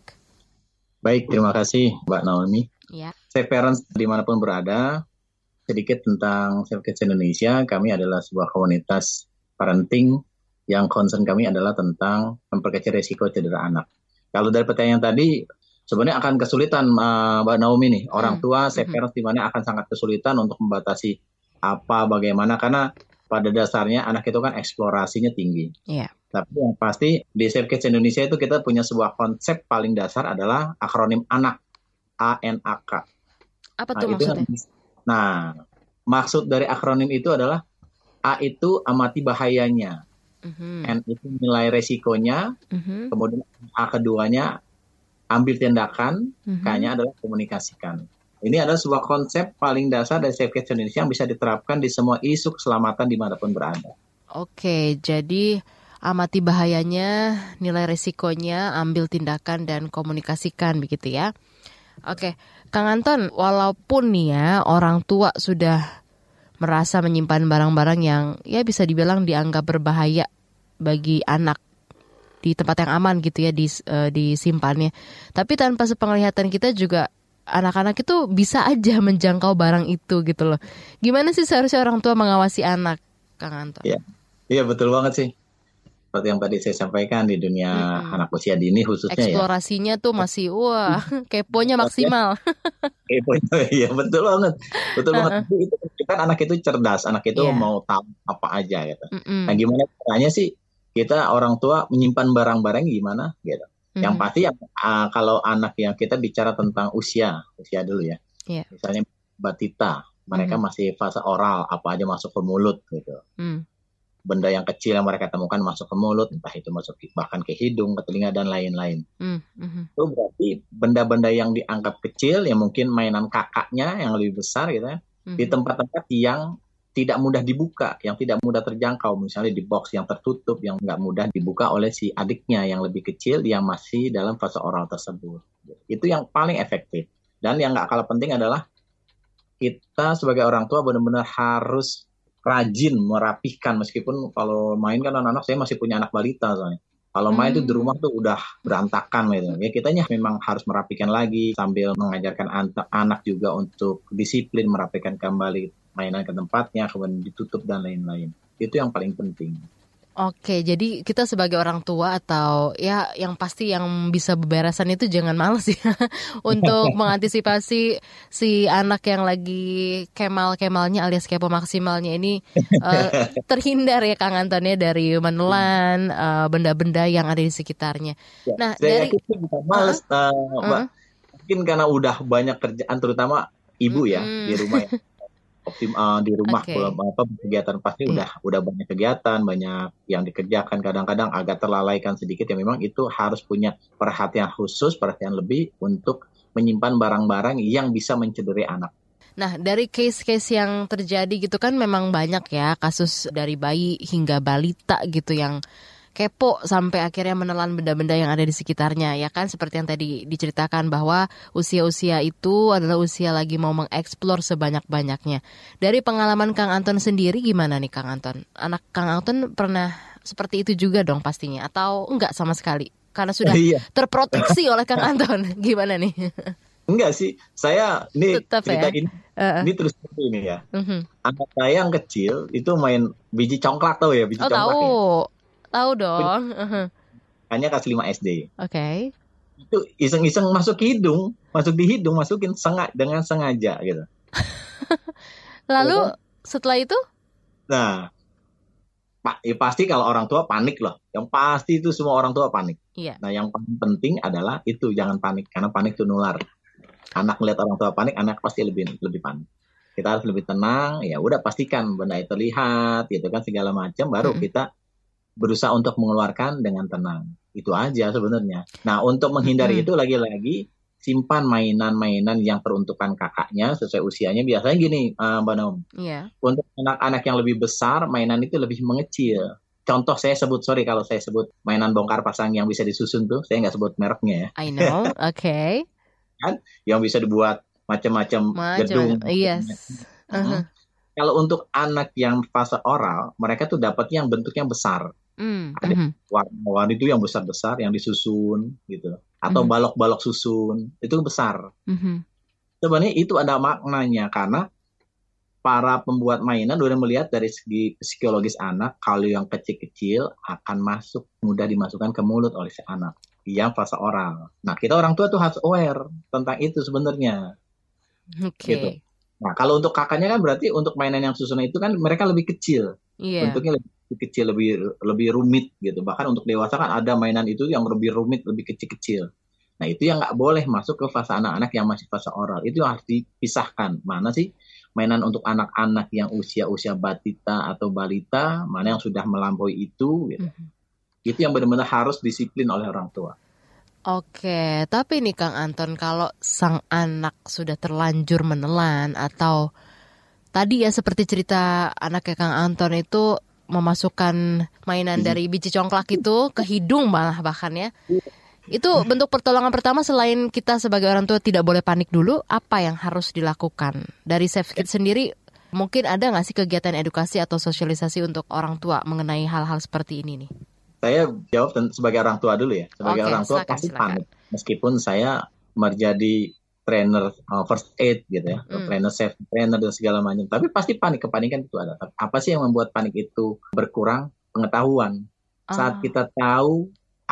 Baik, terima kasih Mbak Naomi. Ya. Save Parents dimanapun berada, sedikit tentang Save Kids Indonesia. Kami adalah sebuah komunitas parenting yang concern kami adalah tentang memperkecil risiko cedera anak. Kalau dari pertanyaan tadi, sebenarnya akan kesulitan uh, Mbak Naomi nih. Orang tua Save hmm. Parents di mana akan sangat kesulitan untuk membatasi apa, bagaimana, karena pada dasarnya anak itu kan eksplorasinya tinggi. Yeah. Tapi yang pasti di Save Kids Indonesia itu kita punya sebuah konsep paling dasar adalah akronim ANAK, A N A K. Apa Nah, tuh itu maksudnya? yang, nah, maksud dari akronim itu adalah A itu amati bahayanya, Mm-hmm. N itu nilai resikonya, Mm-hmm. kemudian A keduanya ambil tindakan, Mm-hmm. K-nya adalah komunikasikan. Ini adalah sebuah konsep paling dasar dari Save Kids Indonesia yang bisa diterapkan di semua isu keselamatan dimanapun berada. Oke, jadi amati bahayanya, nilai risikonya, ambil tindakan dan komunikasikan begitu ya. Oke, Kang Anton, walaupun nih ya orang tua sudah merasa menyimpan barang-barang yang ya bisa dibilang dianggap berbahaya bagi anak di tempat yang aman gitu ya dis, uh, disimpannya. Tapi tanpa sepenglihatan kita juga anak-anak itu bisa aja menjangkau barang itu gitu loh. Gimana sih seharusnya orang tua mengawasi anak, Kang Anton? Iya, iya betul banget sih. Seperti yang tadi saya sampaikan di dunia hmm. anak usia dini khususnya ya. Eksplorasinya tuh masih wah, keponya maksimal. Keponya, iya betul banget, betul banget. Itu kan anak itu cerdas, anak itu yeah. mau tahu apa aja gitu. Mm-mm. Nah gimana caranya sih kita orang tua menyimpan barang-barang gimana gitu. Mm-hmm. Yang pasti uh, kalau anak yang kita bicara tentang usia, usia dulu ya. Yeah. Misalnya batita, mereka mm-hmm. masih fase oral, apa aja masuk ke mulut gitu. Mm. Benda yang kecil yang mereka temukan masuk ke mulut, entah itu masuk bahkan ke hidung, ke telinga dan lain-lain. Mm-hmm. Itu berarti benda-benda yang dianggap kecil, yang mungkin mainan kakaknya yang lebih besar gitu ya, mm-hmm. di tempat-tempat yang tidak mudah dibuka, yang tidak mudah terjangkau, misalnya di box yang tertutup, yang nggak mudah dibuka oleh si adiknya yang lebih kecil, yang masih dalam fase oral tersebut. Itu yang paling efektif. Dan yang nggak kalah penting adalah kita sebagai orang tua benar-benar harus rajin merapihkan, meskipun kalau main kan anak-anak, saya masih punya anak balita soalnya. Kalau main tuh hmm. di rumah tuh udah berantakan gitu. Ya kitanya memang harus merapikan lagi sambil mengajarkan an- anak juga untuk disiplin merapikan kembali mainan ke tempatnya, kemudian ditutup dan lain-lain. Itu yang paling penting. Oke, jadi kita sebagai orang tua atau ya yang pasti yang bisa beberesan itu jangan males ya untuk mengantisipasi si anak yang lagi kemal-kemalnya alias kepo maksimalnya ini uh, terhindar ya Kang Anton ya dari menelan uh, benda-benda yang ada di sekitarnya. Ya, nah saya dari bukan males, uh, uh, Mbak. mungkin karena udah banyak kerjaan, terutama ibu ya mm-hmm. di rumah ya. Optim uh, di rumah okay. apa kegiatan pasti yeah. udah udah banyak kegiatan, banyak yang dikerjakan, kadang-kadang agak terlalaikan sedikit ya, memang itu harus punya perhatian khusus, perhatian lebih untuk menyimpan barang-barang yang bisa mencederai anak. Nah, dari case-case yang terjadi gitu kan memang banyak ya, kasus dari bayi hingga balita gitu yang kepo sampai akhirnya menelan benda-benda yang ada di sekitarnya, ya kan, seperti yang tadi diceritakan bahwa usia-usia itu adalah usia lagi mau mengeksplor sebanyak-banyaknya. Dari pengalaman Kang Anton sendiri gimana nih Kang Anton? Anak Kang Anton pernah seperti itu juga dong pastinya, atau enggak sama sekali? Karena sudah iya. terproteksi oleh Kang Anton, gimana nih? Enggak sih, saya ini Tetap cerita ya? ini, uh-uh. ini terus ini ya. Uh-huh. Anak saya yang kecil itu main biji congklak, tahu ya biji oh, congklak? Tahu. Ya? Tahu dong. Uh-huh. Hanya kelas lima S D. Oke. Okay. Itu iseng-iseng masuk hidung, masuk di hidung, masukin sengaja dengan sengaja gitu. Lalu setelah itu? Nah, Pak, ya pasti kalau orang tua panik loh. Yang pasti itu semua orang tua panik. Iya. Nah, yang paling penting adalah itu jangan panik, karena panik itu nular. Anak melihat orang tua panik, anak pasti lebih lebih panik. Kita harus lebih tenang. Ya udah, pastikan benda itu terlihat, gitu kan, segala macam, baru mm-hmm. kita berusaha untuk mengeluarkan dengan tenang. Itu aja sebenarnya. Nah, untuk menghindari mm-hmm. itu lagi-lagi simpan mainan-mainan yang peruntukan kakaknya sesuai usianya. Biasanya gini, uh, Mbak Naum. Yeah. Untuk anak-anak yang lebih besar, mainan itu lebih mengecil. Contoh saya sebut, sorry kalau saya sebut mainan bongkar pasang yang bisa disusun tuh, saya nggak sebut mereknya ya. I know, oke. Okay. Kan, yang bisa dibuat macam-macam gedung. Yes. Uh-huh. Kalau untuk anak yang fase oral, mereka tuh dapatnya yang bentuknya besar. Mm, Ada mm-hmm. warna-warni itu yang besar-besar, yang disusun gitu, atau mm-hmm. balok-balok susun itu besar. Mm-hmm. Sebenarnya itu ada maknanya, karena para pembuat mainan udah melihat dari segi psikologis anak, kalau yang kecil-kecil akan masuk, mudah dimasukkan ke mulut oleh si anak yang fase oral. Nah, kita orang tua tuh harus aware tentang itu sebenarnya. Oke. Okay. Gitu. Nah, kalau untuk kakaknya kan berarti untuk mainan yang susunan itu kan mereka lebih kecil, yeah. bentuknya lebih kecil, lebih lebih rumit gitu. Bahkan untuk dewasa kan ada mainan itu yang lebih rumit, lebih kecil-kecil. Nah, itu yang nggak boleh masuk ke fase anak-anak yang masih fase oral. Itu harus dipisahkan. Mana sih mainan untuk anak-anak yang usia-usia batita atau balita, mana yang sudah melampaui itu gitu. Mm-hmm. Itu yang benar-benar harus disiplin oleh orang tua. Oke, tapi nih Kang Anton, kalau sang anak sudah terlanjur menelan, atau tadi ya seperti cerita anaknya Kang Anton itu memasukkan mainan dari biji congklak itu ke hidung malah bahkan ya. Itu bentuk pertolongan pertama selain kita sebagai orang tua tidak boleh panik dulu, apa yang harus dilakukan? Dari SafeKids sendiri mungkin ada nggak sih kegiatan edukasi atau sosialisasi untuk orang tua mengenai hal-hal seperti ini nih? Saya jawab sebagai orang tua dulu ya. Sebagai Oke, orang tua silakan, pasti silakan. panik. Meskipun saya menjadi trainer uh, first aid gitu ya, mm. trainer safety trainer dan segala macam. Tapi pasti panik, kepanikan itu ada. Apa sih yang membuat panik itu berkurang? Pengetahuan. Oh. Saat kita tahu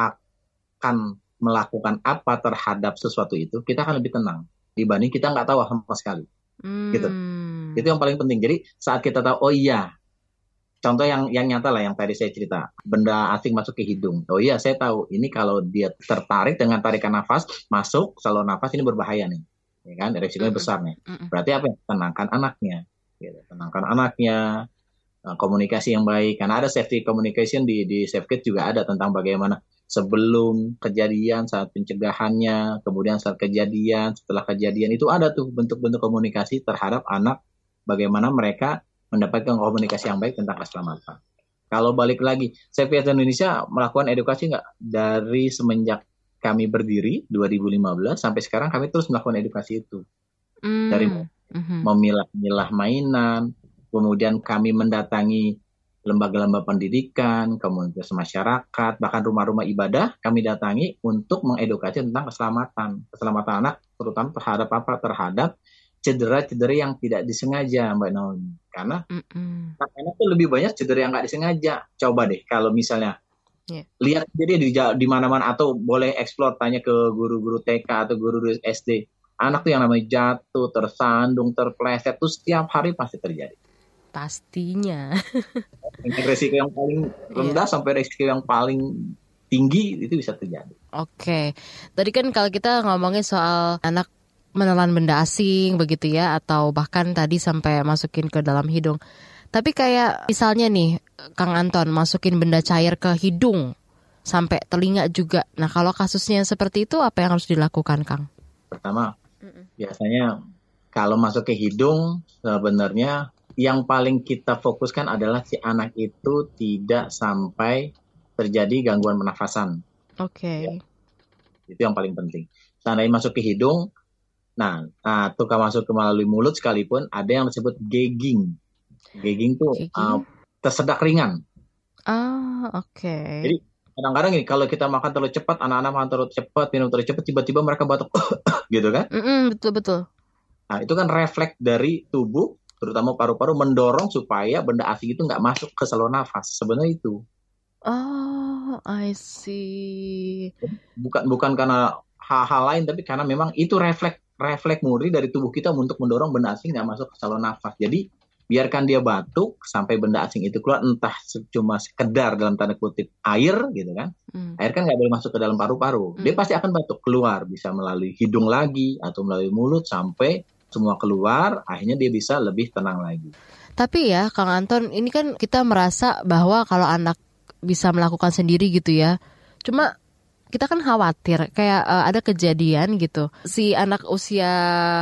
akan melakukan apa terhadap sesuatu itu, kita akan lebih tenang dibanding kita nggak tahu sama sekali. Mm. Gitu. Itu yang paling penting. Jadi saat kita tahu, oh iya, contoh yang yang nyata lah yang tadi saya cerita, benda asing masuk ke hidung. Oh iya, saya tahu ini kalau dia tertarik dengan tarikan nafas masuk saluran nafas, ini berbahaya nih, ya kan? Resikonya mm-hmm. besar nih. Mm-hmm. Berarti apa? Tenangkan anaknya, gitu. Tenangkan anaknya, komunikasi yang baik. Karena ada safety communication di di SafeKids juga ada tentang bagaimana sebelum kejadian, saat pencegahannya, kemudian saat kejadian, setelah kejadian itu ada tuh bentuk-bentuk komunikasi terhadap anak, bagaimana mereka mendapatkan komunikasi yang baik tentang keselamatan. Kalau balik lagi, SafeKids Indonesia melakukan edukasi nggak? Dari semenjak kami berdiri dua ribu lima belas sampai sekarang kami terus melakukan edukasi itu. Mm. Dari mm-hmm. memilah-milah mainan, kemudian kami mendatangi lembaga-lembaga pendidikan, komunitas masyarakat, bahkan rumah-rumah ibadah kami datangi untuk mengedukasi tentang keselamatan. Keselamatan anak terutama terhadap apa? Terhadap cedera-cedera yang tidak disengaja, Mbak Naomi. Karena Mm-mm. anak itu lebih banyak cedera yang nggak disengaja. Coba deh kalau misalnya yeah. lihat jadi di, di mana-mana, atau boleh eksplor, tanya ke guru-guru T K atau guru-guru S D. Anak tuh yang namanya jatuh, tersandung, terpleset tuh setiap hari pasti terjadi. Pastinya. Resiko yang paling rendah yeah. sampai resiko yang paling tinggi itu bisa terjadi. Oke, tadi kan kalau kita ngomongin soal anak menelan benda asing begitu ya, atau bahkan tadi sampai masukin ke dalam hidung. Tapi kayak misalnya nih, Kang Anton masukin benda cair ke hidung sampai telinga juga. Nah, kalau kasusnya seperti itu apa yang harus dilakukan, Kang? Pertama, Mm-mm. biasanya kalau masuk ke hidung sebenarnya yang paling kita fokuskan adalah si anak itu tidak sampai terjadi gangguan pernafasan. Oke. Okay. Ya. Itu yang paling penting. Seandainya masuk ke hidung, nah, nah tukar masuk ke melalui mulut sekalipun ada yang disebut gagging. Gagging tuh uh, tersedak ringan. Ah, oke. Okay. Jadi kadang-kadang ini kalau kita makan terlalu cepat, anak-anak makan terlalu cepat, minum terlalu cepat, tiba-tiba mereka batuk, gitu kan? Mm-mm, betul-betul. Nah, itu kan refleks dari tubuh, terutama paru-paru, mendorong supaya benda asing itu nggak masuk ke saluran nafas. Sebenarnya itu. Oh, I see. Bukan bukan karena hal-hal lain, tapi karena memang itu refleks refleks murni dari tubuh kita untuk mendorong benda asing nggak masuk ke saluran nafas. Jadi biarkan dia batuk sampai benda asing itu keluar, entah cuma sekedar dalam tanda kutip air gitu kan. Hmm. Air kan nggak boleh masuk ke dalam paru-paru. Hmm. Dia pasti akan batuk keluar, bisa melalui hidung lagi atau melalui mulut sampai semua keluar, akhirnya dia bisa lebih tenang lagi. Tapi ya Kang Anton, ini kan kita merasa bahwa kalau anak bisa melakukan sendiri gitu ya. Cuma kita kan khawatir kayak uh, ada kejadian gitu. Si anak usia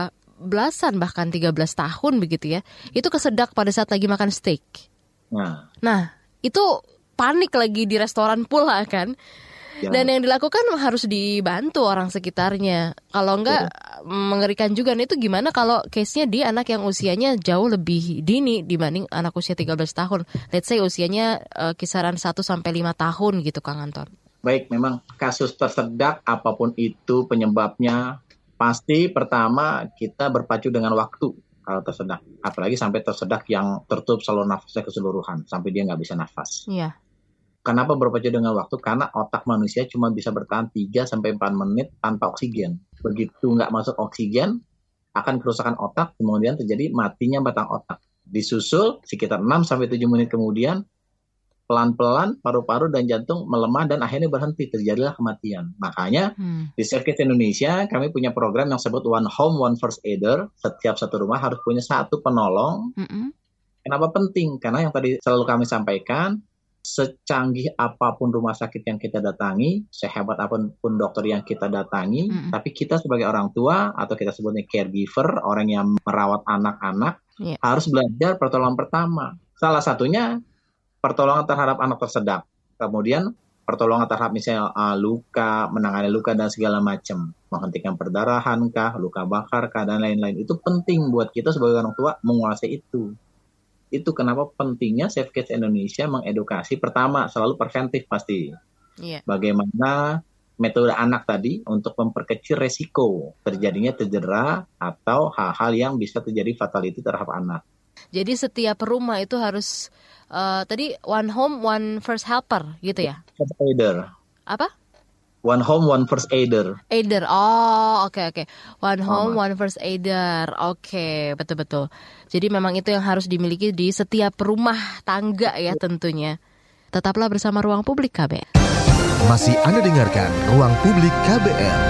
belasan bahkan tiga belas tahun begitu ya, itu kesedak pada saat lagi makan steak. Nah, nah itu panik lagi di restoran pula kan. Ya. Dan yang dilakukan harus dibantu orang sekitarnya. Kalau enggak ya, mengerikan juga. Nah, itu gimana kalau case-nya dia anak yang usianya jauh lebih dini dibanding anak usia tiga belas tahun. Let's say usianya uh, kisaran satu sampai lima tahun gitu Kang Anton. Baik, memang kasus tersedak apapun itu penyebabnya, pasti pertama kita berpacu dengan waktu kalau tersedak. Apalagi sampai tersedak yang tertutup saluran nafasnya keseluruhan, sampai dia nggak bisa nafas. Iya. Kenapa berpacu dengan waktu? Karena otak manusia cuma bisa bertahan tiga sampai empat menit tanpa oksigen. Begitu nggak masuk oksigen, akan kerusakan otak, kemudian terjadi matinya batang otak. Disusul sekitar enam sampai tujuh menit kemudian, pelan-pelan paru-paru dan jantung melemah dan akhirnya berhenti, terjadilah kematian. Makanya hmm. di Safecare Indonesia kami punya program yang disebut One Home One First Aider. Setiap satu rumah harus punya satu penolong. Hmm. Kenapa penting? Karena yang tadi selalu kami sampaikan, secanggih apapun rumah sakit yang kita datangi, sehebat apapun dokter yang kita datangi, hmm. tapi kita sebagai orang tua atau kita sebutnya caregiver, orang yang merawat anak-anak, yeah. harus belajar pertolongan pertama. Salah satunya pertolongan terhadap anak tersedak, kemudian pertolongan terhadap misalnya uh, luka, menangani luka dan segala macam, menghentikan perdarahan kah, luka bakar kah, dan lain-lain. Itu penting buat kita sebagai orang tua menguasai itu. Itu kenapa pentingnya Safecare Indonesia mengedukasi, pertama selalu preventif pasti. Yeah. Bagaimana metode anak tadi untuk memperkecil resiko terjadinya cedera atau hal-hal yang bisa terjadi fatality terhadap anak. Jadi setiap rumah itu harus uh, tadi one home one first helper gitu ya? First aider. Apa? One home one first aider. Aider. Oh, oke okay, oke. Okay. One home oh, one first aider. Oke, okay, betul-betul. Jadi memang itu yang harus dimiliki di setiap rumah tangga ya tentunya. Tetaplah bersama Ruang Publik K B R. Masih Anda dengarkan Ruang Publik K B R.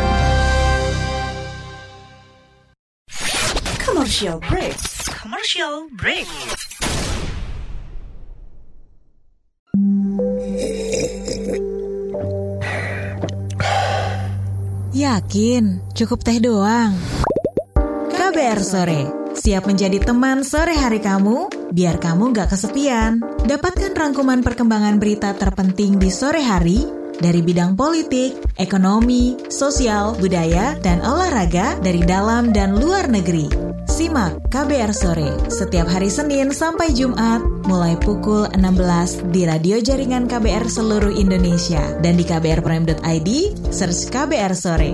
Commercial break. Commercial break. Yakin, cukup teh doang. K B R Sore, siap menjadi teman sore hari kamu, biar kamu gak kesepian. Dapatkan rangkuman perkembangan berita terpenting di sore hari, dari bidang politik, ekonomi, sosial, budaya, dan olahraga dari dalam dan luar negeri. Simak K B R Sore setiap hari Senin sampai Jumat mulai pukul enam belas di radio jaringan K B R seluruh Indonesia dan di k b r prime dot i d search K B R Sore.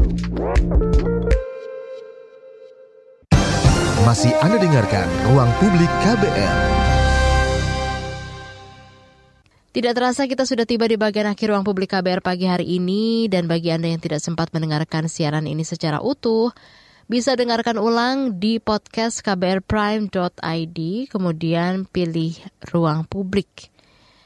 Masih Anda dengarkan Ruang Publik K B R. Tidak terasa kita sudah tiba di bagian akhir Ruang Publik K B R pagi hari ini, dan bagi Anda yang tidak sempat mendengarkan siaran ini secara utuh, bisa dengarkan ulang di podcast k b r prime dot i d, kemudian pilih Ruang Publik.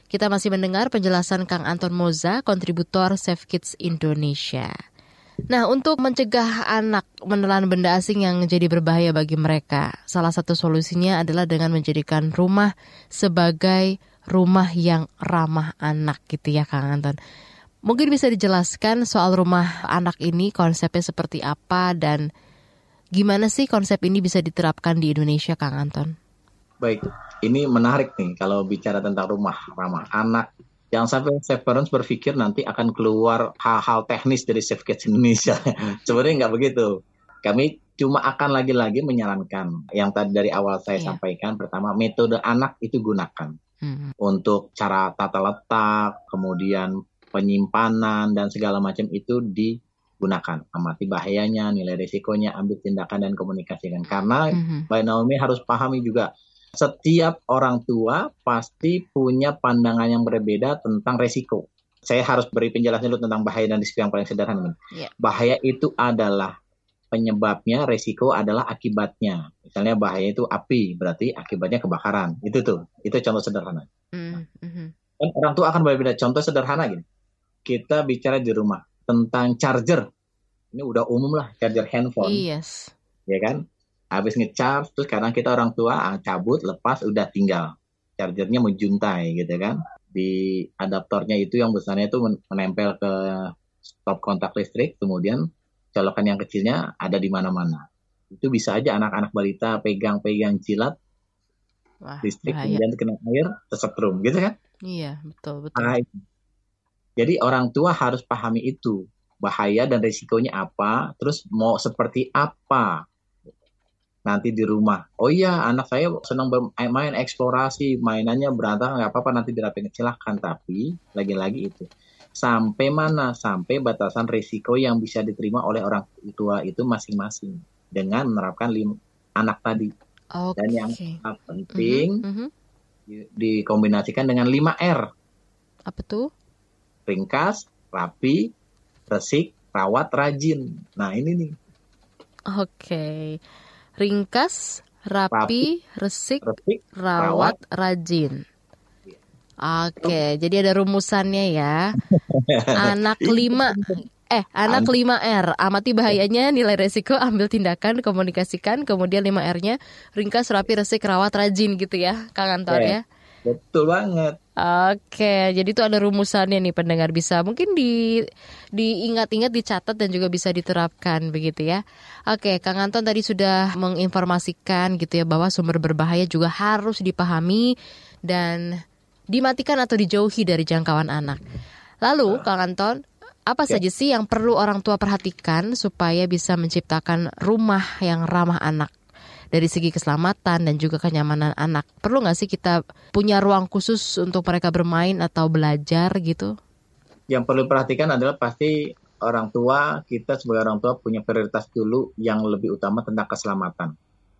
Kita masih mendengar penjelasan Kang Anton Moza, kontributor Save Kids Indonesia. Nah, untuk mencegah anak menelan benda asing yang jadi berbahaya bagi mereka, salah satu solusinya adalah dengan menjadikan rumah sebagai rumah yang ramah anak gitu ya Kang Anton. Mungkin bisa dijelaskan soal rumah anak ini, konsepnya seperti apa dan gimana sih konsep ini bisa diterapkan di Indonesia Kang Anton? Baik, ini menarik nih kalau bicara tentang rumah ramah anak. Jangan sampai Save Parents berpikir nanti akan keluar hal-hal teknis dari Save Kids Indonesia. Sebenarnya nggak begitu. Kami cuma akan lagi-lagi menyarankan yang tadi dari awal saya yeah. sampaikan. Pertama, metode anak itu gunakan hmm. untuk cara tata letak, kemudian penyimpanan dan segala macam itu digunakan. Amati bahayanya, nilai risikonya, ambil tindakan dan komunikasikan. Karena hmm. Mbak Naomi harus pahami juga. Setiap orang tua pasti punya pandangan yang berbeda tentang resiko. Saya harus beri penjelasan dulu tentang bahaya dan risiko yang paling sederhana. Yeah. Bahaya itu adalah penyebabnya, resiko adalah akibatnya. Misalnya bahaya itu api, berarti akibatnya kebakaran. Itu tuh, itu contoh sederhana. Mm-hmm. Dan orang tua akan berbeda. Contoh sederhana gini. Kita bicara di rumah tentang charger. Ini udah umum lah, charger handphone. Yes. Ya kan? Habis nge-charge, terus kadang kita orang tua cabut, lepas, udah tinggal. Chargernya menjuntai gitu kan. Di adaptornya itu yang besarnya itu menempel ke stop kontak listrik, kemudian colokan yang kecilnya ada di mana-mana. Itu bisa aja anak-anak balita pegang-pegang jilat, wah, listrik, bahaya. Kemudian kena air, tersetrum gitu kan. Iya, betul, betul. Nah, jadi orang tua harus pahami itu. Bahaya dan risikonya apa, terus mau seperti apa nanti di rumah. Oh iya, anak saya senang bermain eksplorasi, mainannya berantakan, nggak apa-apa nanti dirapin, silahkan. Tapi lagi-lagi itu sampai mana, sampai batasan risiko yang bisa diterima oleh orang tua itu masing-masing dengan menerapkan lim- anak tadi. Okay. Dan yang penting mm-hmm. di- dikombinasikan dengan lima R. Apa tuh? Ringkas, rapi, resik, rawat, rajin. Nah ini nih. Oke. Okay. Ringkas, rapi, rapi resik, resik, rawat, rawat, rajin. Oke, okay, jadi ada rumusannya ya. Anak lima, eh anak lima R. Amati bahayanya, nilai resiko, ambil tindakan, komunikasikan. Kemudian lima R-nya, ringkas, rapi, resik, rawat, rajin gitu ya, Kang Anton ya. Betul banget. Oke, jadi itu ada rumusannya nih pendengar, bisa mungkin di diingat-ingat, dicatat dan juga bisa diterapkan begitu ya. Oke, Kang Anton tadi sudah menginformasikan gitu ya bahwa sumber berbahaya juga harus dipahami dan dimatikan atau dijauhi dari jangkauan anak. Lalu, Kang Anton, apa ya. saja sih yang perlu orang tua perhatikan supaya bisa menciptakan rumah yang ramah anak? Dari segi keselamatan dan juga kenyamanan anak. Perlu nggak sih kita punya ruang khusus untuk mereka bermain atau belajar gitu? Yang perlu diperhatikan adalah pasti orang tua, kita sebagai orang tua punya prioritas dulu yang lebih utama tentang keselamatan.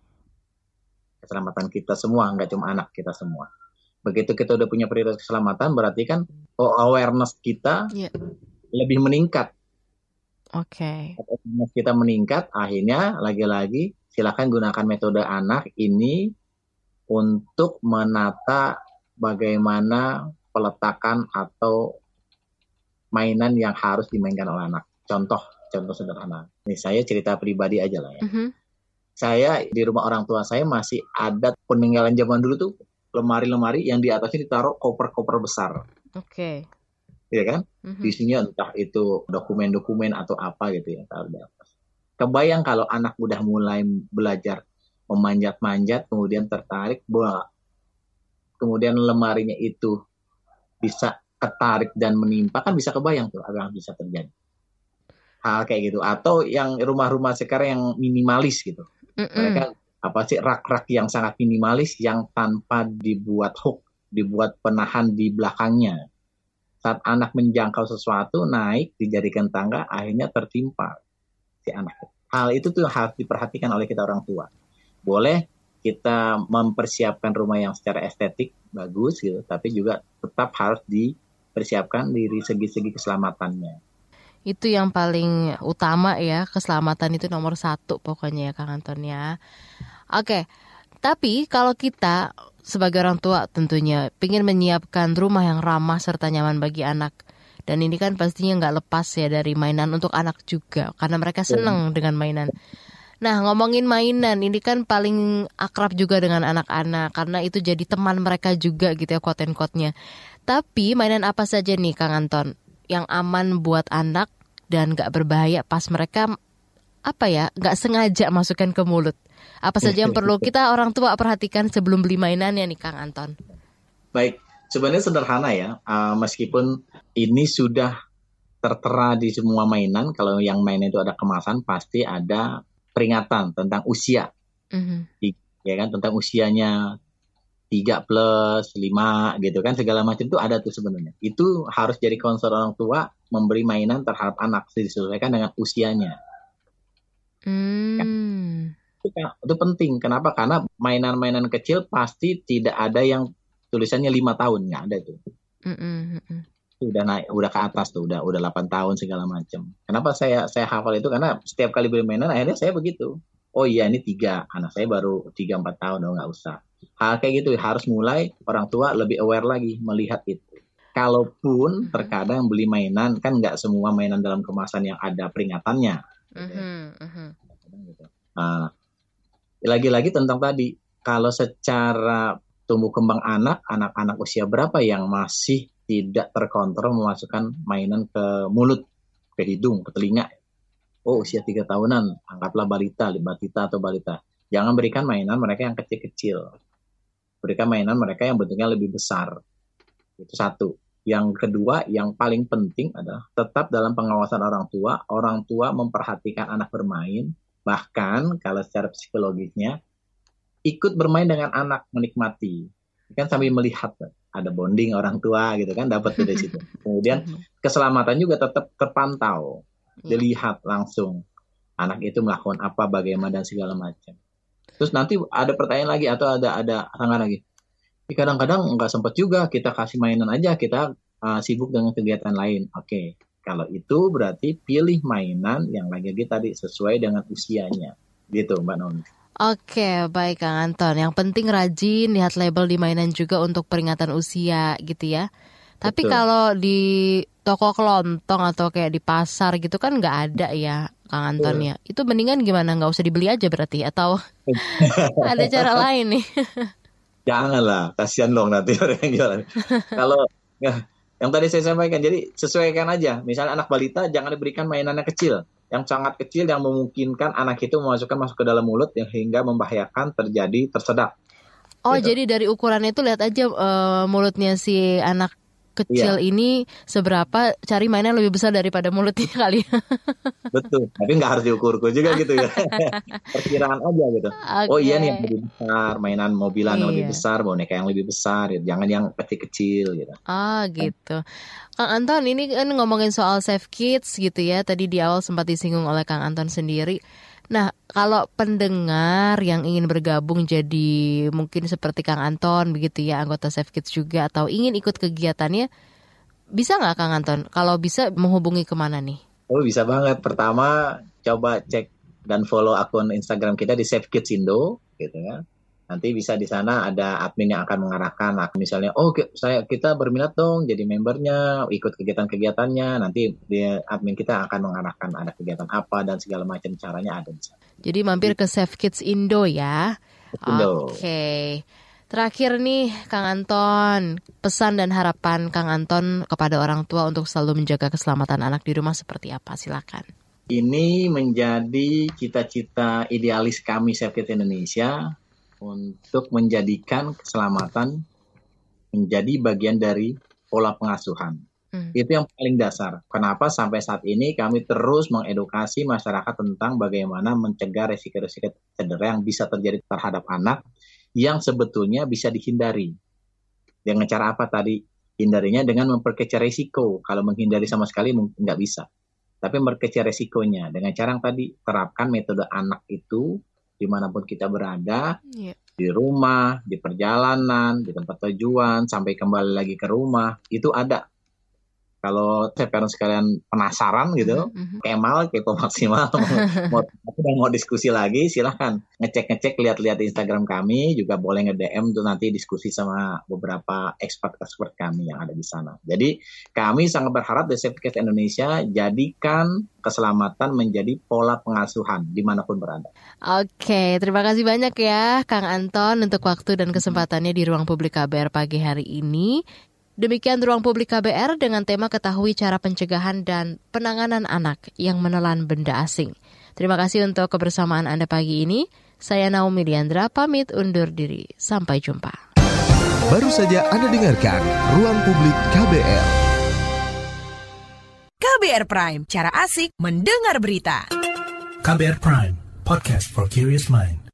Keselamatan kita semua, nggak cuma anak kita semua. Begitu kita udah punya prioritas keselamatan, berarti kan oh, awareness kita yeah. lebih meningkat. Oke. Okay. Awareness kita meningkat, akhirnya lagi-lagi silakan gunakan metode anak ini untuk menata bagaimana peletakan atau mainan yang harus dimainkan oleh anak. Contoh, contoh sederhana. Ini saya cerita pribadi aja lah ya. Mm-hmm. Saya di rumah orang tua saya masih ada peninggalan zaman dulu tuh lemari-lemari yang di atasnya ditaruh koper-koper besar. Oke. Okay. Iya kan? Mm-hmm. Isinya entah itu dokumen-dokumen atau apa gitu ya, taruh di atas. Kebayang kalau anak udah mulai belajar memanjat-manjat, kemudian tertarik, bola. Kemudian lemarinya itu bisa ketarik dan menimpa, kan bisa kebayang tuh apa yang bisa terjadi. Hal kayak gitu. Atau yang rumah-rumah sekarang yang minimalis gitu. Mm-mm. Mereka apa sih rak-rak yang sangat minimalis yang tanpa dibuat hook, dibuat penahan di belakangnya. Saat anak menjangkau sesuatu, naik, dijadikan tangga, akhirnya tertimpa si anak. Hal itu tuh harus diperhatikan oleh kita orang tua. Boleh kita mempersiapkan rumah yang secara estetik bagus gitu, tapi juga tetap harus dipersiapkan dari segi-segi keselamatannya. Itu yang paling utama ya, keselamatan itu nomor satu pokoknya ya Kang Anton ya. Oke, Tapi kalau kita sebagai orang tua tentunya ingin menyiapkan rumah yang ramah serta nyaman bagi anak. Dan ini kan pastinya nggak lepas ya dari mainan untuk anak juga, karena mereka senang dengan mainan. Nah, ngomongin mainan, ini kan paling akrab juga dengan anak-anak, karena itu jadi teman mereka juga gitu ya, quote-and-quote-nya. Tapi mainan apa saja nih Kang Anton yang aman buat anak dan nggak berbahaya pas mereka apa ya nggak sengaja masukkan ke mulut? Apa saja yang perlu kita orang tua perhatikan sebelum beli mainannya nih Kang Anton? Baik, sebenarnya sederhana ya, uh, meskipun ini sudah tertera di semua mainan, kalau yang mainan itu ada kemasan pasti ada peringatan tentang usia, mm-hmm. ya kan, tentang usianya tiga plus lima gitu kan, segala macam itu ada tuh sebenarnya. Itu harus jadi concern orang tua memberi mainan terhadap anak disesuaikan dengan usianya. Mm. Kan? Itu, itu penting. Kenapa? Karena mainan-mainan kecil pasti tidak ada yang tulisannya lima tahun, nggak ada itu. Mm-mm. Udah naik, udah ke atas tuh, udah udah delapan tahun segala macam. Kenapa saya saya hafal itu? Karena setiap kali beli mainan akhirnya saya begitu. Oh iya ini tiga, anak saya baru tiga empat tahun, oh nggak usah. Hal kayak gitu harus mulai orang tua lebih aware lagi melihat itu. Kalaupun mm-hmm. terkadang beli mainan kan nggak semua mainan dalam kemasan yang ada peringatannya. Mm-hmm. Gitu. Nah, lagi-lagi tentang tadi, kalau secara tumbuh kembang anak, anak-anak usia berapa yang masih tidak terkontrol memasukkan mainan ke mulut, ke hidung, ke telinga. Oh, usia tiga tahunan, anggaplah balita, batita atau balita. Jangan berikan mainan mereka yang kecil-kecil. Berikan mainan mereka yang bentuknya lebih besar. Itu satu. Yang kedua, yang paling penting adalah tetap dalam pengawasan orang tua. Orang tua memperhatikan anak bermain. Bahkan kalau secara psikologisnya, ikut bermain dengan anak, menikmati. Kan sambil melihat, ada bonding orang tua gitu kan, dapat dari situ. Kemudian keselamatan juga tetap terpantau, dilihat langsung anak itu melakukan apa, bagaimana dan segala macam. Terus nanti ada pertanyaan lagi atau ada ada tangan lagi. Kadang-kadang nggak sempat juga kita kasih mainan aja, kita uh, sibuk dengan kegiatan lain. Oke, okay. Kalau itu berarti pilih mainan yang lagi-lagi tadi sesuai dengan usianya, gitu Mbak Naomi. Oke, baik Kang Anton. Yang penting rajin lihat label di mainan juga untuk peringatan usia gitu ya. Tapi betul. Kalau di toko kelontong atau kayak di pasar gitu kan nggak ada ya Kang Anton ya. Itu mendingan gimana? Nggak usah dibeli aja berarti? Atau ada cara lain nih? Janganlah, kasihan dong nanti orang yang jualan. Kalau ya, yang tadi saya sampaikan, jadi sesuaikan aja. Misalnya anak balita jangan diberikan mainannya kecil. Yang sangat kecil yang memungkinkan anak itu memasukkan masuk ke dalam mulut yang hingga membahayakan terjadi tersedak. Oh, gitu. Jadi dari ukurannya itu lihat aja uh, mulutnya si anak kecil iya. ini seberapa, cari mainan lebih besar daripada mulutnya kali. Betul, tapi nggak harus diukur-ukur juga gitu ya. Perkiraan aja gitu. Okay. Oh iya nih yang lebih besar, mainan mobilan iya. yang lebih besar, boneka yang lebih besar, gitu. Jangan yang kecil-kecil gitu. Ah gitu. Kang Anton, ini kan ngomongin soal Safe Kids gitu ya. Tadi di awal sempat disinggung oleh Kang Anton sendiri. Nah, kalau pendengar yang ingin bergabung jadi mungkin seperti Kang Anton begitu ya, anggota Safe Kids juga, atau ingin ikut kegiatannya, bisa nggak Kang Anton? Kalau bisa menghubungi kemana nih? Oh bisa banget. Pertama coba cek dan follow akun Instagram kita di Safe Kids Indo, gitu ya. Nanti bisa di sana ada admin yang akan mengarahkan. Nah, misalnya, oh saya kita berminat dong jadi membernya, ikut kegiatan-kegiatannya. Nanti dia, admin kita akan mengarahkan ada kegiatan apa dan segala macam caranya ada di sana. Jadi mampir ke Safe Kids Indo ya. Indo. Oke. Okay. Terakhir nih Kang Anton, pesan dan harapan Kang Anton kepada orang tua untuk selalu menjaga keselamatan anak di rumah seperti apa? Silakan. Ini menjadi cita-cita idealis kami Safe Kids Indonesia, untuk menjadikan keselamatan menjadi bagian dari pola pengasuhan. Hmm. Itu yang paling dasar. Kenapa sampai saat ini kami terus mengedukasi masyarakat tentang bagaimana mencegah resiko-resiko cedera yang bisa terjadi terhadap anak yang sebetulnya bisa dihindari. Dengan cara apa tadi? Hindarinya dengan memperkecil resiko. Kalau menghindari sama sekali nggak bisa. Tapi memperkecil resikonya. Dengan cara yang tadi, terapkan metode anak itu dimanapun kita berada, yeah. di rumah, di perjalanan, di tempat tujuan, sampai kembali lagi ke rumah, itu ada Kalau saya parents sekalian penasaran gitu, mm-hmm. Kemal, Kepo Maksimal, mau, mau, mau diskusi lagi, silahkan ngecek-ngecek, lihat-lihat Instagram kami, juga boleh nge-D M tuh nanti diskusi sama beberapa expert-expert kami yang ada di sana. Jadi kami sangat berharap The Safety Case Indonesia jadikan keselamatan menjadi pola pengasuhan dimanapun berada. Oke, terima kasih banyak ya Kang Anton untuk waktu dan kesempatannya di Ruang Publik K B R pagi hari ini. Demikian Ruang Publik K B R dengan tema ketahui cara pencegahan dan penanganan anak yang menelan benda asing. Terima kasih untuk kebersamaan Anda pagi ini. Saya Naomi Liandra pamit undur diri. Sampai jumpa. Baru saja Anda dengarkan Ruang Publik K B R. K B R Prime, cara asik mendengar berita. K B R Prime, podcast for curious mind.